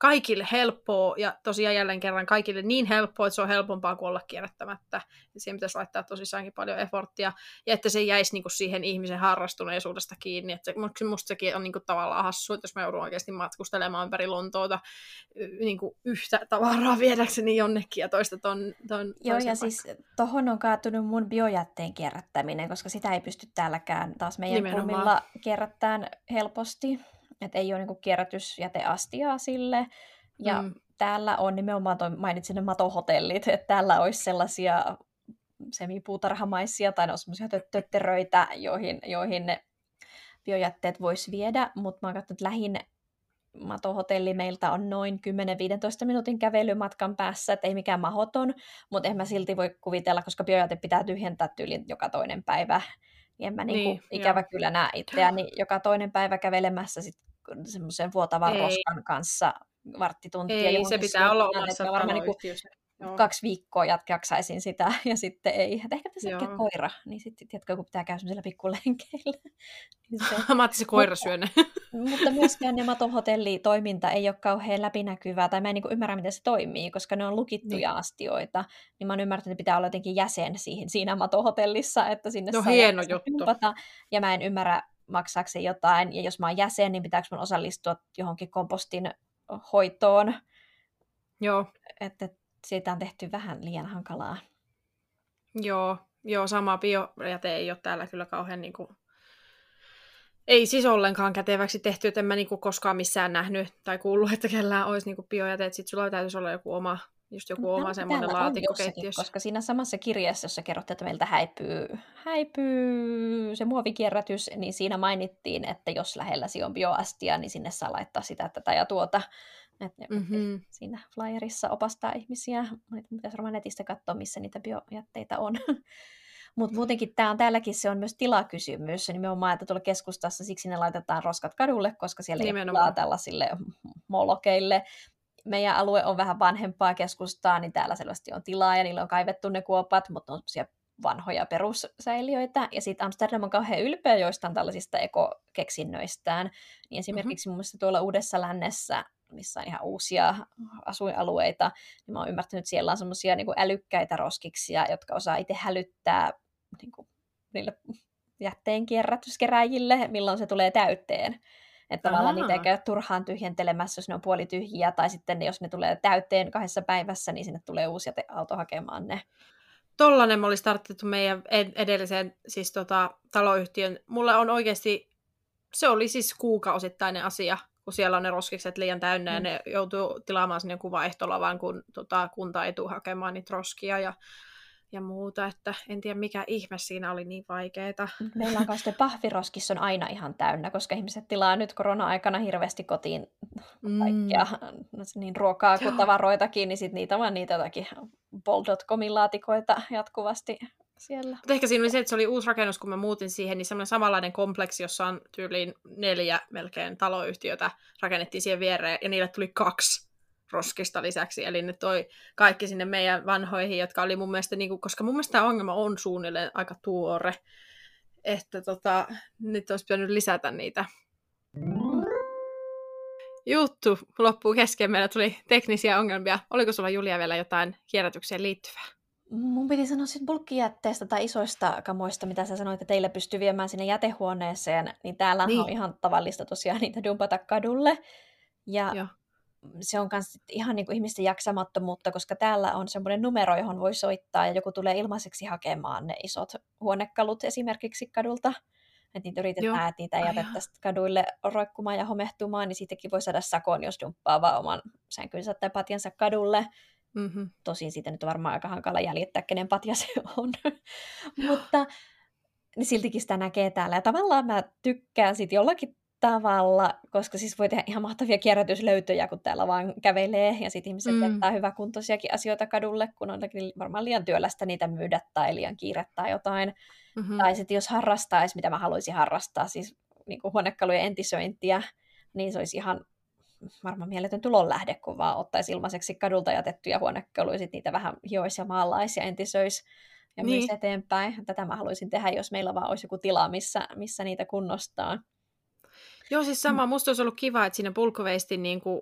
kaikille helppoa, ja tosiaan jälleen kerran kaikille niin helppoa, että se on helpompaa kuin olla kierrättämättä. Ja siihen pitäisi laittaa tosissaankin paljon efforttia, ja että se ei jäisi niinku siihen ihmisen harrastuneisuudesta kiinni. Että musta sekin on niinku tavallaan hassua, että jos mä joudun oikeasti matkustelemaan ympäri Lontoota niinku yhtä tavaraa viedäkseni jonnekin ja toista Joo, ja siis tohon on kaatunut mun biojätteen kierrättäminen, koska sitä ei pysty täälläkään taas meidän kummilla kierrättämään helposti. Että ei ole niinku kierrätysjäteastiaa sille. Ja täällä on nimenomaan, mainitsin ne matohotellit, että täällä olisi sellaisia semipuutarhamaisia tai ne on semmoisia tötteröitä, joihin ne biojätteet voisi viedä. Mutta mä oon katsonut, että lähin matohotelli meiltä on noin 10-15 minuutin kävelymatkan päässä, että ei mikään mahoton, mutta en mä silti voi kuvitella, koska biojäte pitää tyhjentää tyyliin joka toinen päivä. Niin en mä ikävä kyllä näe itseäni joka toinen päivä kävelemässä sit semmoisen vuotavan roskan kanssa varttituntia. Ei, se pitää olla omassa taloyhtiössä. 2 viikkoa jaksaisin sitä, ja sitten ei. Et ehkä pitäisi ehkä koira, niin sitten tiedätkö, kun pitää käydä semmoisilla pikkulenkeillä. Niin mä se koira syö ne. Mutta myöskään ne matohotellitoiminta ei ole kauhean läpinäkyvää, tai mä en ymmärrä, miten se toimii, koska ne on lukittuja astioita. Niin mä oon ymmärtänyt, että pitää olla jotenkin jäsen siinä matohotellissa, että sinne saa hieno juttu. Dumpata, ja mä en ymmärrä, maksaako se jotain, ja jos mä oon jäsen, niin pitääkö mun osallistua johonkin kompostin hoitoon. Joo. Että siitä on tehty vähän liian hankalaa. Joo, sama biojäte ei ole täällä kyllä kauhean ei siis ollenkaan käteväksi tehty, että en mä koskaan missään nähnyt tai kuullut, että kellään olisi biojäte, että sit sulla täytyisi olla joku oma semmoinen laatikko keittiössä. Koska siinä samassa kirjassa, jossa kerrottiin, että meiltä häipyy se muovikierrätys, niin siinä mainittiin, että jos lähelläsi on bioastia, niin sinne saa laittaa sitä, tätä ja tuota. Että siinä flyerissa opastaa ihmisiä. Pitäisi varmaan netistä katsoa, missä niitä biojätteitä on. Mutta muutenkin täälläkin se on myös tilakysymys. Nimenomaan, että tuolla keskustassa siksi ne laitetaan roskat kadulle, koska siellä ei tilaa tällaisille molokeille. Meidän alue on vähän vanhempaa keskustaa, niin täällä selvästi on tilaa ja niillä on kaivettu ne kuopat, mutta on sellaisia vanhoja perussäiliöitä. Ja sitten Amsterdam on kauhean ylpeä joistain tällaisista ekokeksinnöistään. Niin esimerkiksi mun mielestä tuolla Uudessa Lännessä, missä on ihan uusia asuinalueita, niin mä oon ymmärtänyt, että siellä on semmoisia niin kuin älykkäitä roskiksia, jotka osaa itse hälyttää niin kuin niille jätteen kierrätyskeräjille, milloin se tulee täyteen. Että tavallaan niitä ei käy turhaan tyhjentelemässä, jos ne on puolityhjiä, tai sitten jos ne tulee täyteen 2 päivässä, niin sinne tulee uusi auto hakemaan ne. Tollainen me olisi tarttettu meidän edelliseen siis taloyhtiön. Mulle on oikeasti, se oli siis kuukausittainen asia, kun siellä on ne roskikset liian täynnä, ja ne joutuu tilaamaan sinne joku vaihtolavan, kun kunta ei tule hakemaan niitä roskia ja muuta, että en tiedä mikä ihme siinä oli niin vaikeeta. Meillä on myös pahviroskis on aina ihan täynnä, koska ihmiset tilaa nyt korona-aikana hirveästi kotiin kaikkea niin ruokaa kuin tavaroitakin, niin sitten niitä vaan niitä jotakin bol.comin laatikoita jatkuvasti siellä. Mutta ehkä siinä oli se, että se oli uusi rakennus, kun mä muutin siihen, niin semmoinen samanlainen kompleksi, jossa on tyyliin 4 melkein taloyhtiötä rakennettiin siihen viereen, ja niille tuli 2 roskista lisäksi, eli ne toi kaikki sinne meidän vanhoihin, jotka oli mun mielestä, koska mun mielestä tämä ongelma on suunnilleen aika tuore, että nyt olisi pitänyt lisätä niitä. Juttu loppuu kesken, meillä tuli teknisiä ongelmia. Oliko sulla, Julia, vielä jotain kierrätykseen liittyvää? Mun piti sanoa sitten bulkkijätteestä tai isoista kamoista, mitä sä sanoit, että teillä pystyy viemään sinne jätehuoneeseen, niin täällä on ihan tavallista tosiaan niitä dumpata kadulle. Ja se on myös ihan niin kuin ihmisten jaksamattomuutta, koska täällä on semmoinen numero, johon voi soittaa, ja joku tulee ilmaiseksi hakemaan ne isot huonekalut esimerkiksi kadulta. Että niitä yritetään, että niitä ei jätettäisi kaduille roikkumaan ja homehtumaan, niin siitäkin voi saada sakon, jos dumppaa vaan oman sänkynsä tai patjansa kadulle. Tosin siitä nyt on varmaan aika hankala jäljittää, kenen patja se on. Mutta niin siltikin sitä näkee täällä. Ja tavallaan mä tykkään sit jollakin tavalla, koska siis voi tehdä ihan mahtavia kierrätyslöytöjä, kun täällä vaan kävelee, ja sitten ihmiset jättää hyväkuntoisiakin asioita kadulle, kun on varmaan liian työlästä niitä myydä, tai liian kiire tai jotain. Tai sitten jos harrastaisi, mitä mä haluaisin harrastaa, siis niin kuin huonekalujen entisöintiä, niin se olisi ihan varmaan mieletön tulonlähde, kun vaan ottaisi ilmaiseksi kadulta jätettyjä huonekaluja, sitten niitä vähän hioisi ja maalaisi ja entisöisi ja myisi eteenpäin. Tätä mä haluaisin tehdä, jos meillä vaan olisi joku tila, missä niitä kunnostaa. Joo, siis sama. Musta olisi ollut kiva, että siinä bulk wastein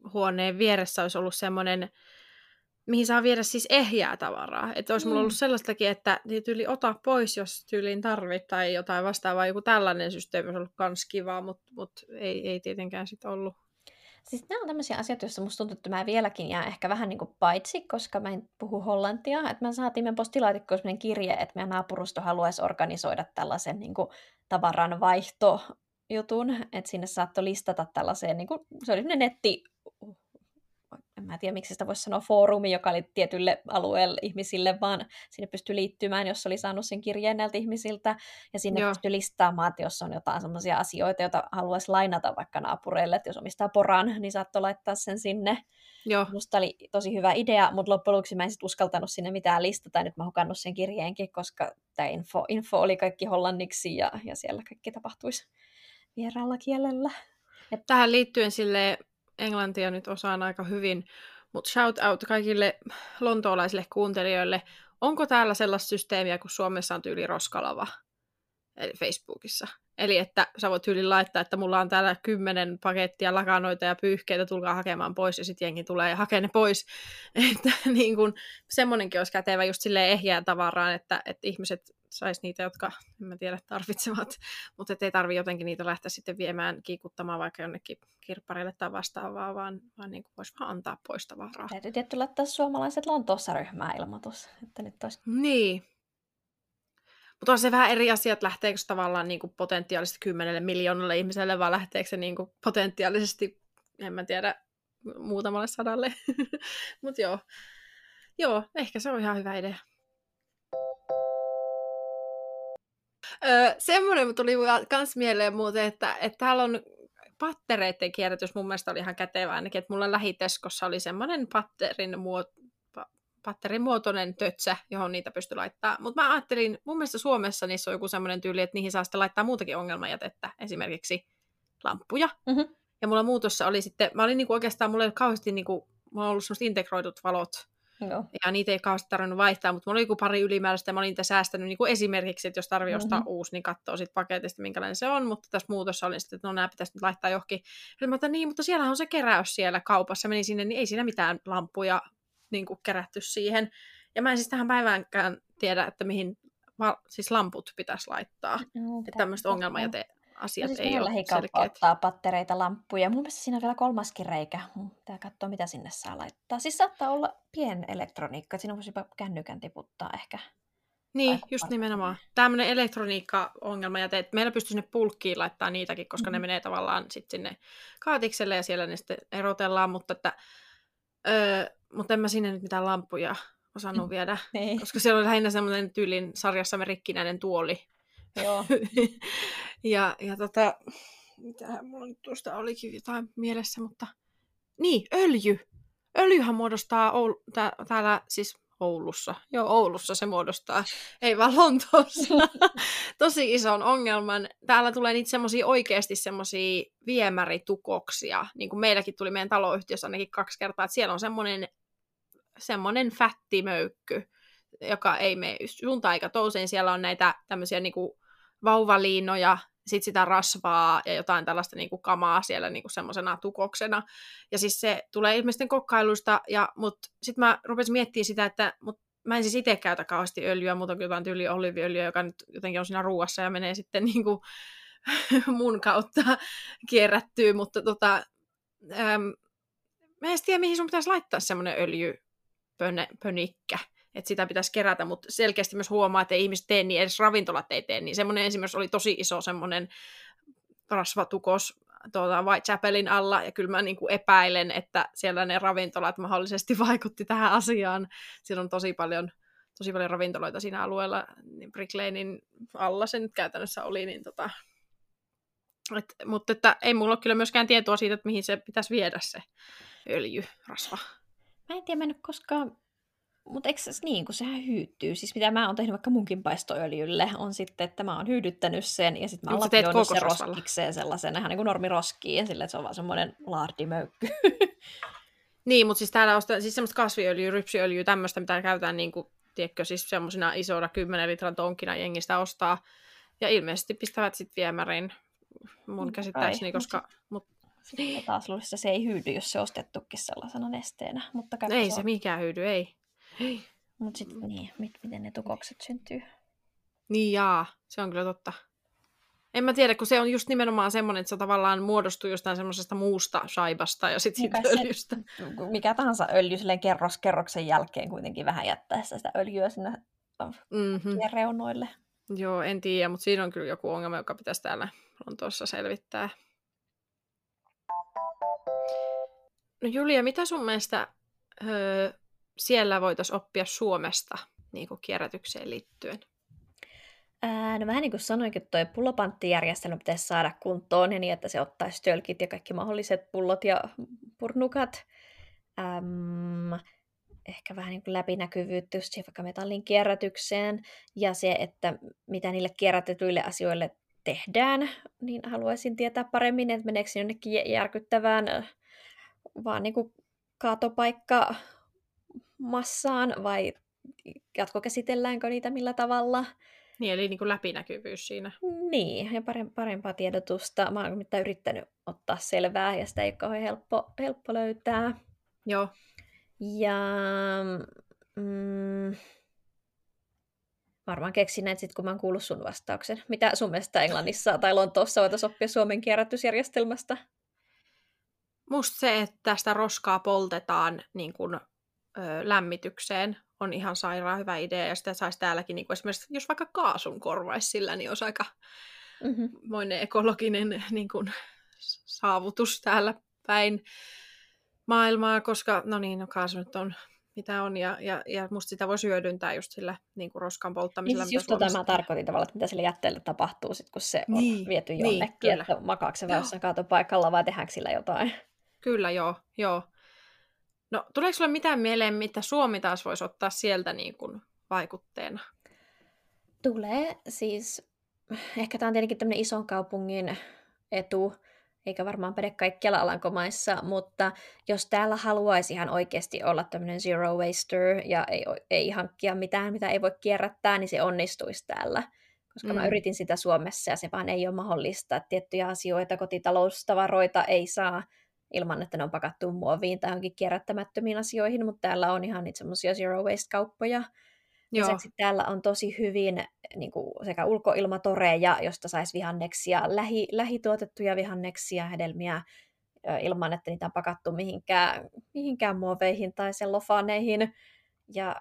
huoneen vieressä olisi ollut semmoinen, mihin saa viedä siis ehjää tavaraa. Että olisi mulla ollut sellaistakin, että tyyli ota pois, jos tyyliin tarvit tai jotain vastaavaa. Joku tällainen systeemi olisi ollut kans kivaa, mutta ei tietenkään sitten ollut. Siis nämä on tämmöisiä asioita, joissa musta tuntuu, että mä vieläkin jään ehkä vähän niin kuin paitsi, koska mä en puhu hollantia. Että me saatiin meidän postilaatikkoon sellainen kirje, että meidän naapurusto haluaisi organisoida tällaisen niin kuin tavaran vaihtojutun. Että sinne saattoi listata tällaiseen, niin kuin, se oli sellainen en mä tiedä miksi sitä voisi sanoa foorumi, joka oli tietylle alueelle ihmisille, vaan sinne pystyi liittymään, jos oli saanut sen kirjeen näiltä ihmisiltä, ja sinne pystyi listaamaan, että jos on jotain sellaisia asioita, joita haluaisi lainata vaikka naapureille, että jos omistaa poran, niin saattoi laittaa sen sinne. Joo. Musta oli tosi hyvä idea, mutta loppujen lopuksi mä en sit uskaltanut sinne mitään listata, nyt mä hukannut sen kirjeenkin, koska tämä info oli kaikki hollanniksi, ja siellä kaikki tapahtuisi vieraalla kielellä. Tähän liittyen silleen, englantia nyt osaan aika hyvin, mutta shout out kaikille lontoolaisille kuuntelijoille. Onko täällä sellaista systeemiä, kun Suomessa on tyyli Roskalava, eli Facebookissa? Eli että sä voit tyyli laittaa, että mulla on täällä 10 pakettia lakanoita ja pyyhkeitä, tulkaa hakemaan pois, ja sitten jengi tulee ja hakee ne pois. Että niin kun, semmonenkin olisi kätevä just silleen ehjään tavaraan, että ihmiset sais niitä, jotka, en mä tiedä, tarvitsevat, mutta ei tarvitse jotenkin niitä lähteä sitten viemään, kiikuttamaan vaikka jonnekin kirpparille tai vastaavaa, vaan niin kuin voisi vaan antaa pois tavaraa. Täytyy tietty laittaa suomalaiset Lontoossa -ryhmää ilmoitus, että nyt olisi... Niin. Mutta on se vähän eri asia, että lähteekö se tavallaan niin kuin potentiaalisesti 10 miljoonalle ihmiselle, vai lähteekö se niin kuin potentiaalisesti, en mä tiedä, muutamalle 100. Mutta joo, ehkä se on ihan hyvä idea. Semmoinen tuli myös mieleen muuten, että täällä on pattereiden kierrätys mun mielestä oli ihan kätevä ainakin, että mulla lähiteskossa oli semmoinen patterimuotoinen tötsä, johon niitä pystyi laittaa. Mutta mä ajattelin, mun mielestä Suomessa niissä on joku semmoinen tyyli, että niihin saa sitten laittaa muutakin ongelmajätettä, esimerkiksi lamppuja. Mm-hmm. Ja mulla muutossa oli sitten, mä olin niinku oikeastaan, mulla ei kauheasti, mulla on ollut semmoiset integroidut valot, ja niitä ei kauheasti tarvinnut vaihtaa, mutta mulla oli joku pari ylimääräistä, ja mä olin niitä säästänyt niin kuin esimerkiksi, että jos tarvii ostaa uusi, niin katsoo sitten paketista, minkälainen se on, mutta tässä muutossa oli sitten, että no nämä pitäisi nyt laittaa johonkin. Ja mä otan, niin, mutta siellä on se keräys siellä kaupassa, menin sinne, niin ei siinä mitään lampuja niin kuin kerätty siihen. Ja mä en siis tähän päiväänkään tiedä, että mihin siis lamput pitäisi laittaa. Että tämmöiset ongelmajäteasiat siis ei ole selkeät. Ottaa pattereita, lampuja. Mun mielestä siinä on vielä 3. reikä. Pitää katsoa, mitä sinne saa laittaa. Siis saattaa olla pienelektroniikka, että siinä voisi jopa kännykän tiputtaa ehkä. Niin, just nimenomaan. Tämmöinen elektroniikka-ongelmajäte, että meillä pystyy sinne pulkkiin laittaa niitäkin, koska ne menee tavallaan sitten sinne kaatikselle ja siellä ne sitten erotellaan, mutta en mä sinne nyt mitään lampuja osannut viedä, koska siellä on lähinnä semmoinen tyylin sarjassamme rikkinäinen tuoli. Joo. ja mitähän mulla nyt tuosta olikin jotain mielessä, mutta... Niin, öljy. Öljyhän muodostaa täällä siis Oulussa. Joo, Oulussa se muodostaa. Ei vaan Lontoossa. Tosi ison ongelman. Täällä tulee niitä oikeasti semmosia viemäritukoksia. Niin kuin meilläkin tuli meidän taloyhtiössä ainakin 2 kertaa, että siellä on semmoinen fättimöykky, joka ei mene suuntaan eikä toiseen. Siellä on näitä tämmöisiä niinku vauvaliinoja, sitten sitä rasvaa ja jotain tällaista niinku kamaa siellä niinku semmoisena tukoksena. Ja siis se tulee ilmeisesti kokkailusta, mutta sitten mä rupesin miettimään sitä, että mä en siis itse käytä kauheasti öljyä, muuta kuin jotain tyyliä oliiviöljyä, joka nyt jotenkin on siinä ruuassa ja menee sitten niinku mun kautta kierrättyy, mutta mä en tiedä, mihin sun pitäisi laittaa semmoinen öljypönikkä, että sitä pitäisi kerätä, mutta selkeästi myös huomaa, että ei ihmiset tee niin, edes ravintolat ei tee niin. Semmoinen esimerkiksi oli tosi iso semmoinen rasvatukos Whitechapelin alla, ja kyllä mä niin kuin epäilen, että siellä ne ravintolat mahdollisesti vaikutti tähän asiaan. Siellä on tosi paljon ravintoloita siinä alueella, niin Brick Lanein alla se nyt käytännössä oli, niin mutta että ei mulla ole kyllä myöskään tietoa siitä, että mihin se pitäisi viedä se öljyrasva. Mä en tiedä, mä en ole koskaan, mutta eikö niin, kun sehän hyytyy. Siis mitä mä oon tehnyt vaikka munkin paistoöljylle, on sitten, että mä oon hyydyttänyt sen, ja sitten mä oon lapioinut sen roskikseen sellaisen, ihan niin kuin normiroskiin, ja silleen, että se on vaan semmoinen laardimöykky. Niin, mutta siis täällä on siis semmoista kasviöljyä, rypsiöljyä, tämmöistä, mitä käytetään niin kuin, tiedätkö, siis semmoisina isoina 10 litran tonkina jengistä ostaa, ja ilmeisesti pistävät sitten viemäriin mun käsittääkseni, koska... Sitten taas luulisin, että se ei hyydy, jos se ostettukin sellaisena nesteenä. Mutta Ei se mikään hyydy, ei. Mutta sitten niin, miten ne tukokset syntyy. Niin jaa, se on kyllä totta. En mä tiedä, kun se on just nimenomaan semmoinen, että se tavallaan muodostuu jostain semmoisesta muusta shaibasta ja sitten siitä öljystä. Mikä tahansa öljy silleen kerroksen jälkeen kuitenkin vähän jättää sitä öljyä sinne reunoille. Joo, en tiedä, mutta siinä on kyllä joku ongelma, joka pitäisi täällä Lontoossa selvittää. No Julia, mitä sun mielestä siellä voitaisiin oppia Suomesta niin kuin kierrätykseen liittyen? No vähän niin kuin sanoinkin, että tuo pullopanttijärjestelmä pitäisi saada kuntoon ja niin, että se ottaisi tölkit ja kaikki mahdolliset pullot ja purnukat. Ehkä vähän niin kuin läpinäkyvyyttä just siihen vaikka metallin kierrätykseen ja se, että mitä niille kierrätetyille asioille tehdään, niin haluaisin tietää paremmin, että meneekö se jonnekin järkyttävään vaan niin kuin kaatopaikka massaan vai jatkokäsitelläänkö niitä millä tavalla. Niin, eli niin kuin läpinäkyvyys siinä. Niin, ja parempaa tiedotusta. Mä oon yrittänyt ottaa selvää, ja sitä ei ole kauhean helppo löytää. Joo. Ja varmaan keksin näitä sitten, kun mä oon kuullut sun vastauksen. Mitä sun mielestä Englannissa tai Lontoossa voitaisiin oppia Suomen kierrätysjärjestelmästä? Musta se, että sitä roskaa poltetaan niin kuin, lämmitykseen, on ihan sairaan hyvä idea, ja sitä saisi täälläkin, niin kuin esimerkiksi jos vaikka kaasun korvaisi sillä, niin olisi aika moinen ekologinen niin kuin, saavutus täällä päin maailmaa, koska kaasu nyt on mitä on, ja musta sitä voisi hyödyntää just sillä niin kuin roskan polttamisella. Niin siis just mä tarkoitin tavallaan, että mitä sille jätteelle tapahtuu, sit, kun se on viety jonnekin, että makaako se jossain kaatopaikalla vai tehdäänkö sillä jotain? Kyllä, joo. No, tuleeko sulle mitään mieleen, mitä Suomi taas voisi ottaa sieltä niin kuin vaikutteena? Tulee. Siis ehkä tämä on tietenkin tämmöinen ison kaupungin etu, eikä varmaan päde kaikkialla Alankomaissa, mutta jos täällä haluaisi ihan oikeasti olla tämmöinen zero waster ja ei hankkia mitään, mitä ei voi kierrättää, niin se onnistuisi täällä. Koska mä yritin sitä Suomessa ja se vaan ei ole mahdollista, että tiettyjä asioita, kotitaloustavaroita ei saa ilman, että ne on pakattu muoviin tai johonkin kierrättämättömiin asioihin, mutta täällä on ihan niitä semmoisia zero waste-kauppoja. Lisäksi täällä on tosi hyvin niin kuin sekä ulkoilmatoreja, josta saisi vihanneksia, lähituotettuja vihanneksia, hedelmiä, ilman, että niitä on pakattu mihinkään muoveihin tai sellofaaneihin. Ja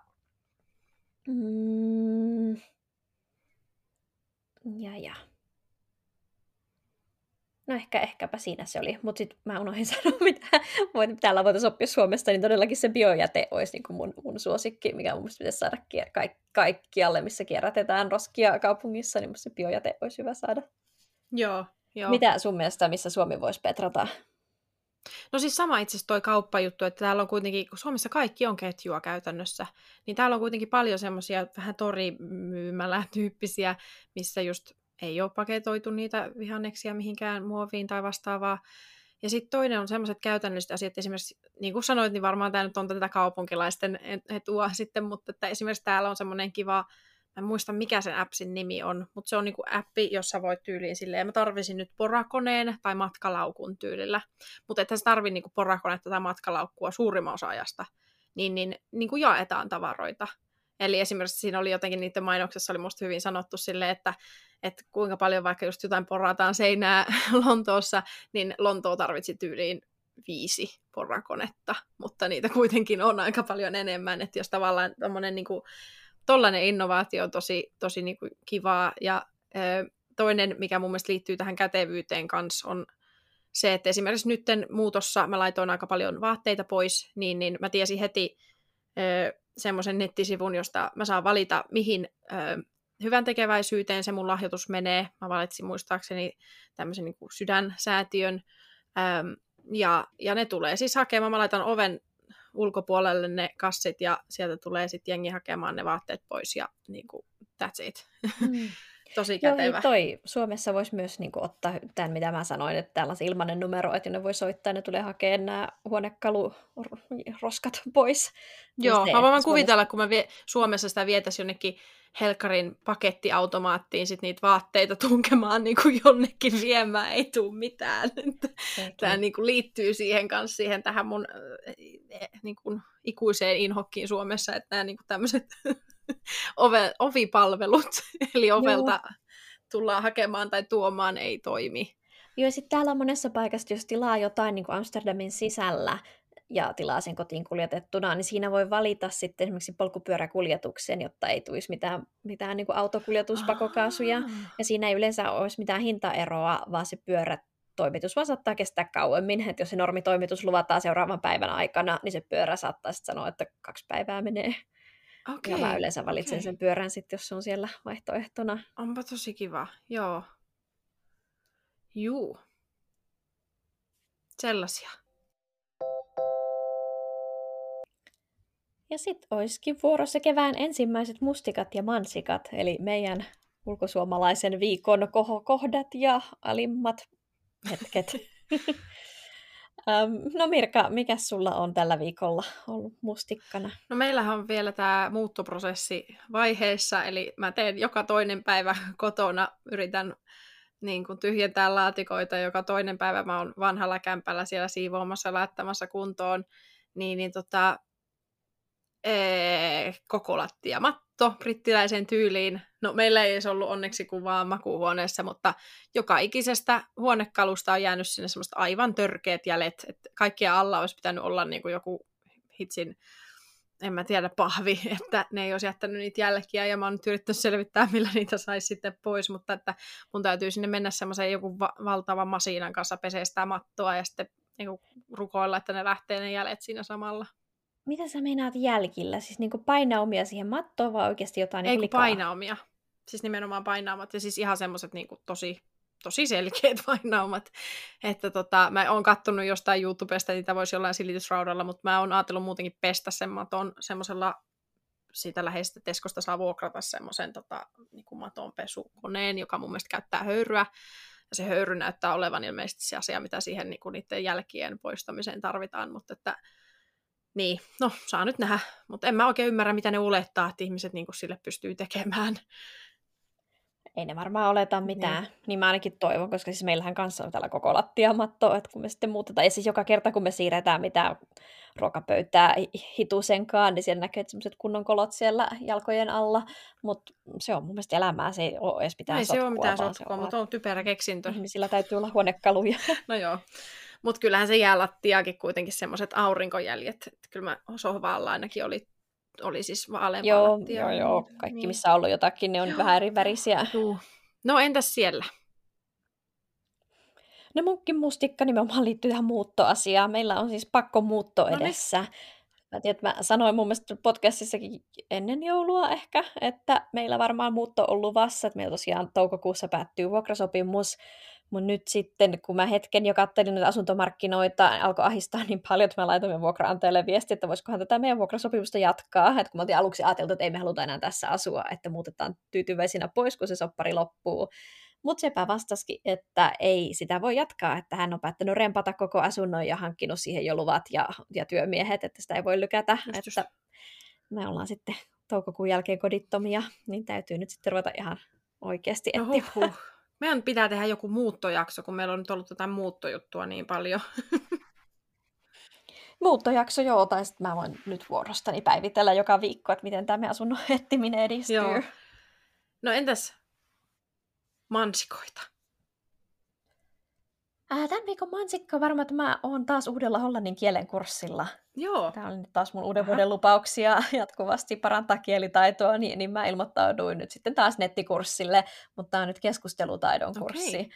no ehkäpä siinä se oli, mutta sitten mä unohdin sanoa, mitä täällä voitaisiin oppia Suomesta, niin todellakin se biojäte olisi niin kuin mun suosikki, mikä mun mielestä pitäisi saada kaikkialle, missä kierrätetään roskia kaupungissa, niin musta se biojäte olisi hyvä saada. Joo. Mitä sun mielestä, missä Suomi voisi petrata? No siis sama itse asiassa toi kauppajuttu, että täällä on kuitenkin, kun Suomessa kaikki on ketjua käytännössä, niin täällä on kuitenkin paljon semmoisia vähän torimyymälä-tyyppisiä, missä just ei ole paketoitu niitä vihanneksia mihinkään muoviin tai vastaavaa. Ja sitten toinen on semmoiset käytännölliset asiat, esimerkiksi, niin kuin sanoit, niin varmaan tämä nyt on tätä kaupunkilaisten etua sitten, mutta että esimerkiksi täällä on semmoinen kiva, mä en muista mikä sen appsin nimi on, mutta se on niinku appi, jossa voit tyyliin silleen, mä tarvisin nyt porakoneen tai matkalaukun tyylillä, mutta ethän sä tarvii niinku porakonetta tai matkalaukkua suurimman osa ajasta, niin kuin jaetaan tavaroita. Eli esimerkiksi siinä oli jotenkin niiden mainoksessa oli musta hyvin sanottu silleen, että kuinka paljon vaikka just jotain porataan seinää Lontoossa, niin Lontoo tarvitsi tyyliin 5 porakonetta, mutta niitä kuitenkin on aika paljon enemmän, että jos tavallaan tommonen niinku tollainen innovaatio on tosi niin kuin kivaa. Ja toinen, mikä mun mielestä liittyy tähän kätevyyteen kanssa, on se, että esimerkiksi nytten muutossa mä laitoin aika paljon vaatteita pois, niin mä tiesin heti semmoisen nettisivun, josta mä saan valita, mihin hyvän tekeväisyyteen se mun lahjoitus menee. Mä valitsin muistaakseni tämmöisen niin kuin sydänsäätiön. Ja ne tulee siis hakemaan. Mä laitan oven ulkopuolelle ne kassit ja sieltä tulee sitten jengi hakemaan ne vaatteet pois ja niinku, that's it. Tosi kätevä. Joo, Suomessa voisi myös niinku, ottaa tämän, mitä mä sanoin, että täällä on se ilmainen numero, että ne voi soittaa ja ne tulee hakemaan nämä huonekaluroskat pois. Joo, mä voin kuvitella, kun Suomessa sitä vietäisiin jonnekin helkkarin pakettiautomaattiin sit niitä vaatteita tunkemaan niin kuin jonnekin viemään, ei tule mitään. Tämä niin kuin liittyy siihen tähän mun niin kuin ikuiseen inhokkiin Suomessa, että nämä niin kuin tämmöiset ovipalvelut, eli ovelta tullaan hakemaan tai tuomaan, ei toimi. Joo, sitten täällä on monessa paikassa, jos tilaa jotain niin kuin Amsterdamin sisällä ja tilaa sen kotiin kuljetettuna, niin siinä voi valita sitten esimerkiksi polkupyöräkuljetuksen, jotta ei tulisi mitään niin kuin autokuljetuspakokaasuja. Ja siinä ei yleensä olisi mitään hintaeroa, vaan se pyörätoimitus vaan saattaa kestää kauemmin. Että jos se normitoimitus luvataan seuraavan päivän aikana, niin se pyörä saattaa sitten sanoa, että 2 päivää menee. Okay, ja mä yleensä valitsen sen pyörän sitten, jos se on siellä vaihtoehtona. Onpa tosi kiva, joo. Juu. Sellaisia. Ja sitten olisikin vuorossa kevään ensimmäiset mustikat ja mansikat, eli meidän ulkosuomalaisen viikon kohokohdat ja alimmat hetket. No Mirka, mikä sulla on tällä viikolla ollut mustikkana? No meillähän on vielä tämä muuttoprosessi vaiheessa, eli mä teen joka toinen päivä kotona, yritän niin kuin tyhjentää laatikoita, joka toinen päivä mä oon vanhalla kämpällä siellä siivoamassa ja laittamassa kuntoon, koko lattiamatto brittiläiseen tyyliin. No meillä ei edes ollut onneksi kuin vaan makuuhuoneessa, mutta joka ikisestä huonekalusta on jäänyt sinne semmoista aivan törkeät jäljet, että kaikkia alla olisi pitänyt olla niin kuin joku hitsin, en mä tiedä, pahvi, että ne ei olisi jättänyt niitä jälkiä, ja mä oon nyt yrittänyt selvittää, millä niitä saisi sitten pois, mutta että mun täytyy sinne mennä semmoisen joku valtavan masiinan kanssa pesee sitä mattoa, ja sitten niin kuin rukoilla, että ne lähtee ne jäljet siinä samalla. Mitä sä meinaat jälkillä? Siis niinku painaumia siihen mattoon vai oikeasti jotain Ei niinku likaa? painaumia. Siis nimenomaan painaumat ja siis ihan semmoiset niinku tosi selkeät painaumat. Että mä oon kattonut jostain YouTubesta, niitä voisi jollain silitysraudalla, mutta mä oon ajatellut muutenkin pestä sen maton semmoisella, siitä läheisestä Teskosta saa vuokrata semmoisen niinku matonpesukoneen, joka mun mielestä käyttää höyryä. Ja se höyry näyttää olevan ilmeisesti se asia, mitä siihen niinku niiden jälkien poistamiseen tarvitaan, mutta että niin, no saa nyt nähdä, mutta en mä oikein ymmärrä, mitä ne olettaa, että ihmiset niin sille pystyy tekemään. Ei ne varmaan oleta mitään, niin mä ainakin toivon, koska siis meillähän kanssa on täällä koko lattiamatto, että kun me sitten muutetaan, ja siis joka kerta kun me siirretään mitään ruokapöytää hitusenkaan, niin siellä näkyy sellaiset kunnon kolot siellä jalkojen alla, mutta se on mun mielestä elämää, se ei ole edes mitään sotkua. Ei se ole mitään sotkua, mutta on typerä keksintö. Ihmisillä täytyy olla huonekaluja. No joo. Mutta kyllähän se jäälattiaakin kuitenkin semmoiset aurinkojäljet. Että kyllä mä sohvaalla ainakin oli siis vaaleanpaa lattia. Joo. Kaikki missä on ollut jotakin, ne on vähän eri värisiä. No entäs siellä? No munkin mustikka nimenomaan liittyy tähän muuttoasiaan. Meillä on siis pakkomuutto edessä. Mä sanoin mun mielestä podcastissakin ennen joulua ehkä, että meillä varmaan muutto on luvassa. Että meillä tosiaan toukokuussa päättyy vuokrasopimus. Mutta nyt sitten, kun mä hetken jo katselin näitä asuntomarkkinoita, alkoi ahistaa niin paljon, että mä laitoin vuokraantajalle viestiä, että voisikohan tätä meidän vuokrasopimusta jatkaa. Että kun me oltiin aluksi ajateltu, että ei me haluta enää tässä asua, että muutetaan tyytyväisinä pois, kun se soppari loppuu. Mutta sepä vastasikin, että ei sitä voi jatkaa, että hän on päättänyt rempata koko asunnon ja hankkinut siihen jo luvat ja työmiehet, että sitä ei voi lykätä. Että me ollaan sitten toukokuun jälkeen kodittomia, niin täytyy nyt sitten ruveta ihan oikeasti etsimään. Meidän pitää tehdä joku muuttojakso, kun meillä on nyt ollut tätä muuttojuttua niin paljon. Muuttojakso, joo, tai sitten mä voin nyt vuorostani päivitellä joka viikko, että miten tämä asunnon etsiminen edistyy. Joo. No entäs mansikoita? Tämän viikon mansikka varmaan, että mä oon taas uudella hollannin kielen kurssilla. Joo. Tämä oli nyt taas mun uuden vuoden lupauksia jatkuvasti parantaa kielitaitoa, niin mä ilmoittauduin nyt sitten taas nettikurssille, mutta tämä on nyt keskustelutaidon kurssi.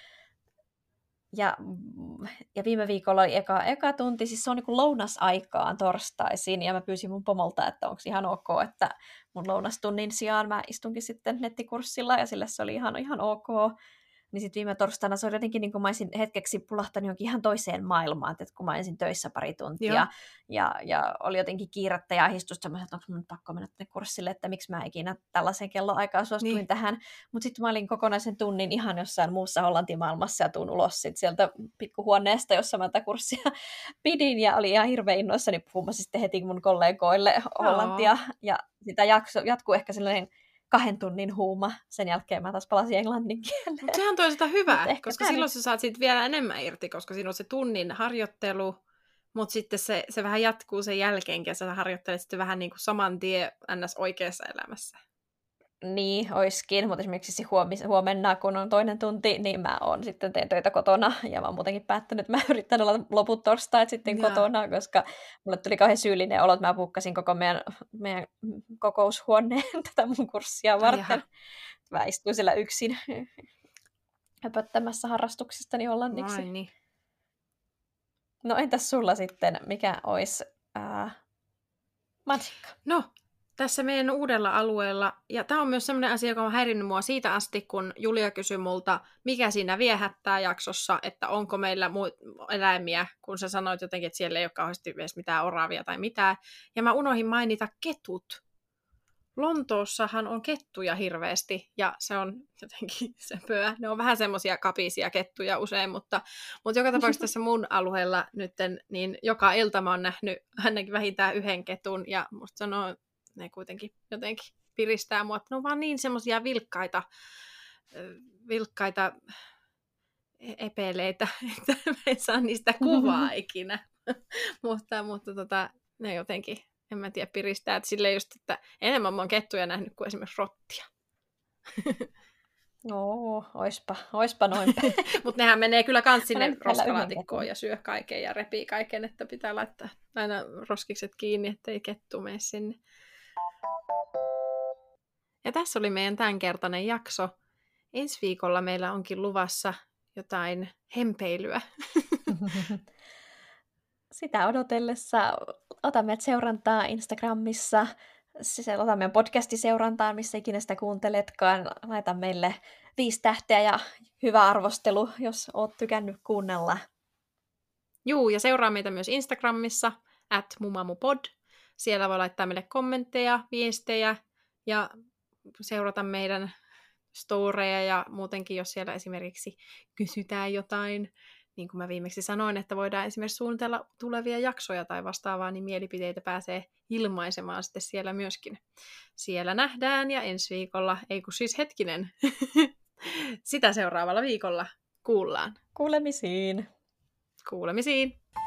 Ja viime viikolla oli eka tunti, siis se on niin kuin lounasaikaan torstaisin, ja mä pyysin mun pomolta, että onko ihan ok, että mun lounastunnin sijaan mä istunkin sitten nettikurssilla, ja sille se oli ihan ok. Niin sitten viime torstaina se oli jotenkin, niin kuin mä olisin hetkeksi pulahtanut johonkin ihan toiseen maailmaan, että kun mä olisin töissä pari tuntia, ja oli jotenkin kiirettä ja ahdistusta, että onko mun pakko mennä tänne kurssille, että miksi mä ikinä tällaisen kelloaikaan suostuin tähän. Mutta sitten mä olin kokonaisen tunnin ihan jossain muussa hollantimaailmassa ja tuun ulos sieltä pikkuhuoneesta, jossa mä tätä kurssia pidin, ja oli ihan hirveän innoissani puhumassa sitten heti mun kollegoille hollantia, ja sitä jatkuu ehkä sellainen 2 tunnin huuma. Sen jälkeen mä taas palasin englannin kielelle. Mutta sehän on toisaalta hyvä, koska silloin nyt... sä saat siitä vielä enemmän irti, koska siinä on se tunnin harjoittelu, mutta sitten se vähän jatkuu sen jälkeenkin, ja sä harjoittelet sitten vähän niin kuin saman tien ns. Oikeassa elämässä. Niin, oiskin, mutta esimerkiksi huomenna, kun on 2 tunti, niin mä teen töitä kotona, ja mä oon muutenkin päättänyt, että mä yritän olla loput torstait sitten kotona, koska mulle tuli kauhean syyllinen olo, että mä bukkasin koko meidän kokoushuoneen tätä mun kurssia varten. Mä istuin siellä yksin höpöttämässä harrastuksistani hollanniksi. Niin. No entäs sulla sitten, mikä olisi mansikka? No, tässä meidän uudella alueella, ja tämä on myös sellainen asia, joka on häirinnyt mua siitä asti, kun Julia kysyi multa, mikä siinä viehättää jaksossa, että onko meillä eläimiä, kun sä sanoit jotenkin, että siellä ei ole kauheasti edes mitään oravia tai mitään. Ja mä unohdin mainita ketut. Lontoossahan on kettuja hirveästi, ja se on jotenkin söpöä. Ne on vähän semmoisia kapisia kettuja usein, mutta joka tapauksessa tässä mun alueella nytten, niin joka ilta mä oon nähnyt ainakin vähintään 1 ketun, ja musta sanoo, ne kuitenkin jotenkin piristää mua, että ne on vaan niin semmoisia vilkkaita epeleitä, että mä en saa niistä kuvaa ikinä. mutta ne jotenkin, en mä tiedä, piristää. Että silleen just, että enemmän mä oon kettuja nähnyt kuin esimerkiksi rottia. No, oispa noin. Mutta nehän menee kyllä kans sinne roskalaatikkoon ja syö kaiken ja repii kaiken, että pitää laittaa aina roskikset kiinni, ettei kettu mene sinne. Ja tässä oli meidän tämänkertainen jakso. Ensi viikolla meillä onkin luvassa jotain hempeilyä. Sitä odotellessa otamme seurantaa Instagramissa, otamme meidän podcastiseurantaan, missä ikinä sitä kuunteletkaan. Laita meille 5 tähteä ja hyvä arvostelu, jos oot tykännyt kuunnella. Juu, ja seuraa meitä myös Instagramissa, @mumamupod. Siellä voi laittaa meille kommentteja, viestejä ja seurata meidän storeja ja muutenkin, jos siellä esimerkiksi kysytään jotain. Niin kuin mä viimeksi sanoin, että voidaan esimerkiksi suunnitella tulevia jaksoja tai vastaavaa, niin mielipiteitä pääsee ilmaisemaan sitten siellä myöskin. Siellä nähdään ja ensi viikolla, ei kun siis hetkinen, sitä seuraavalla viikolla kuullaan. Kuulemisiin. Kuulemisiin.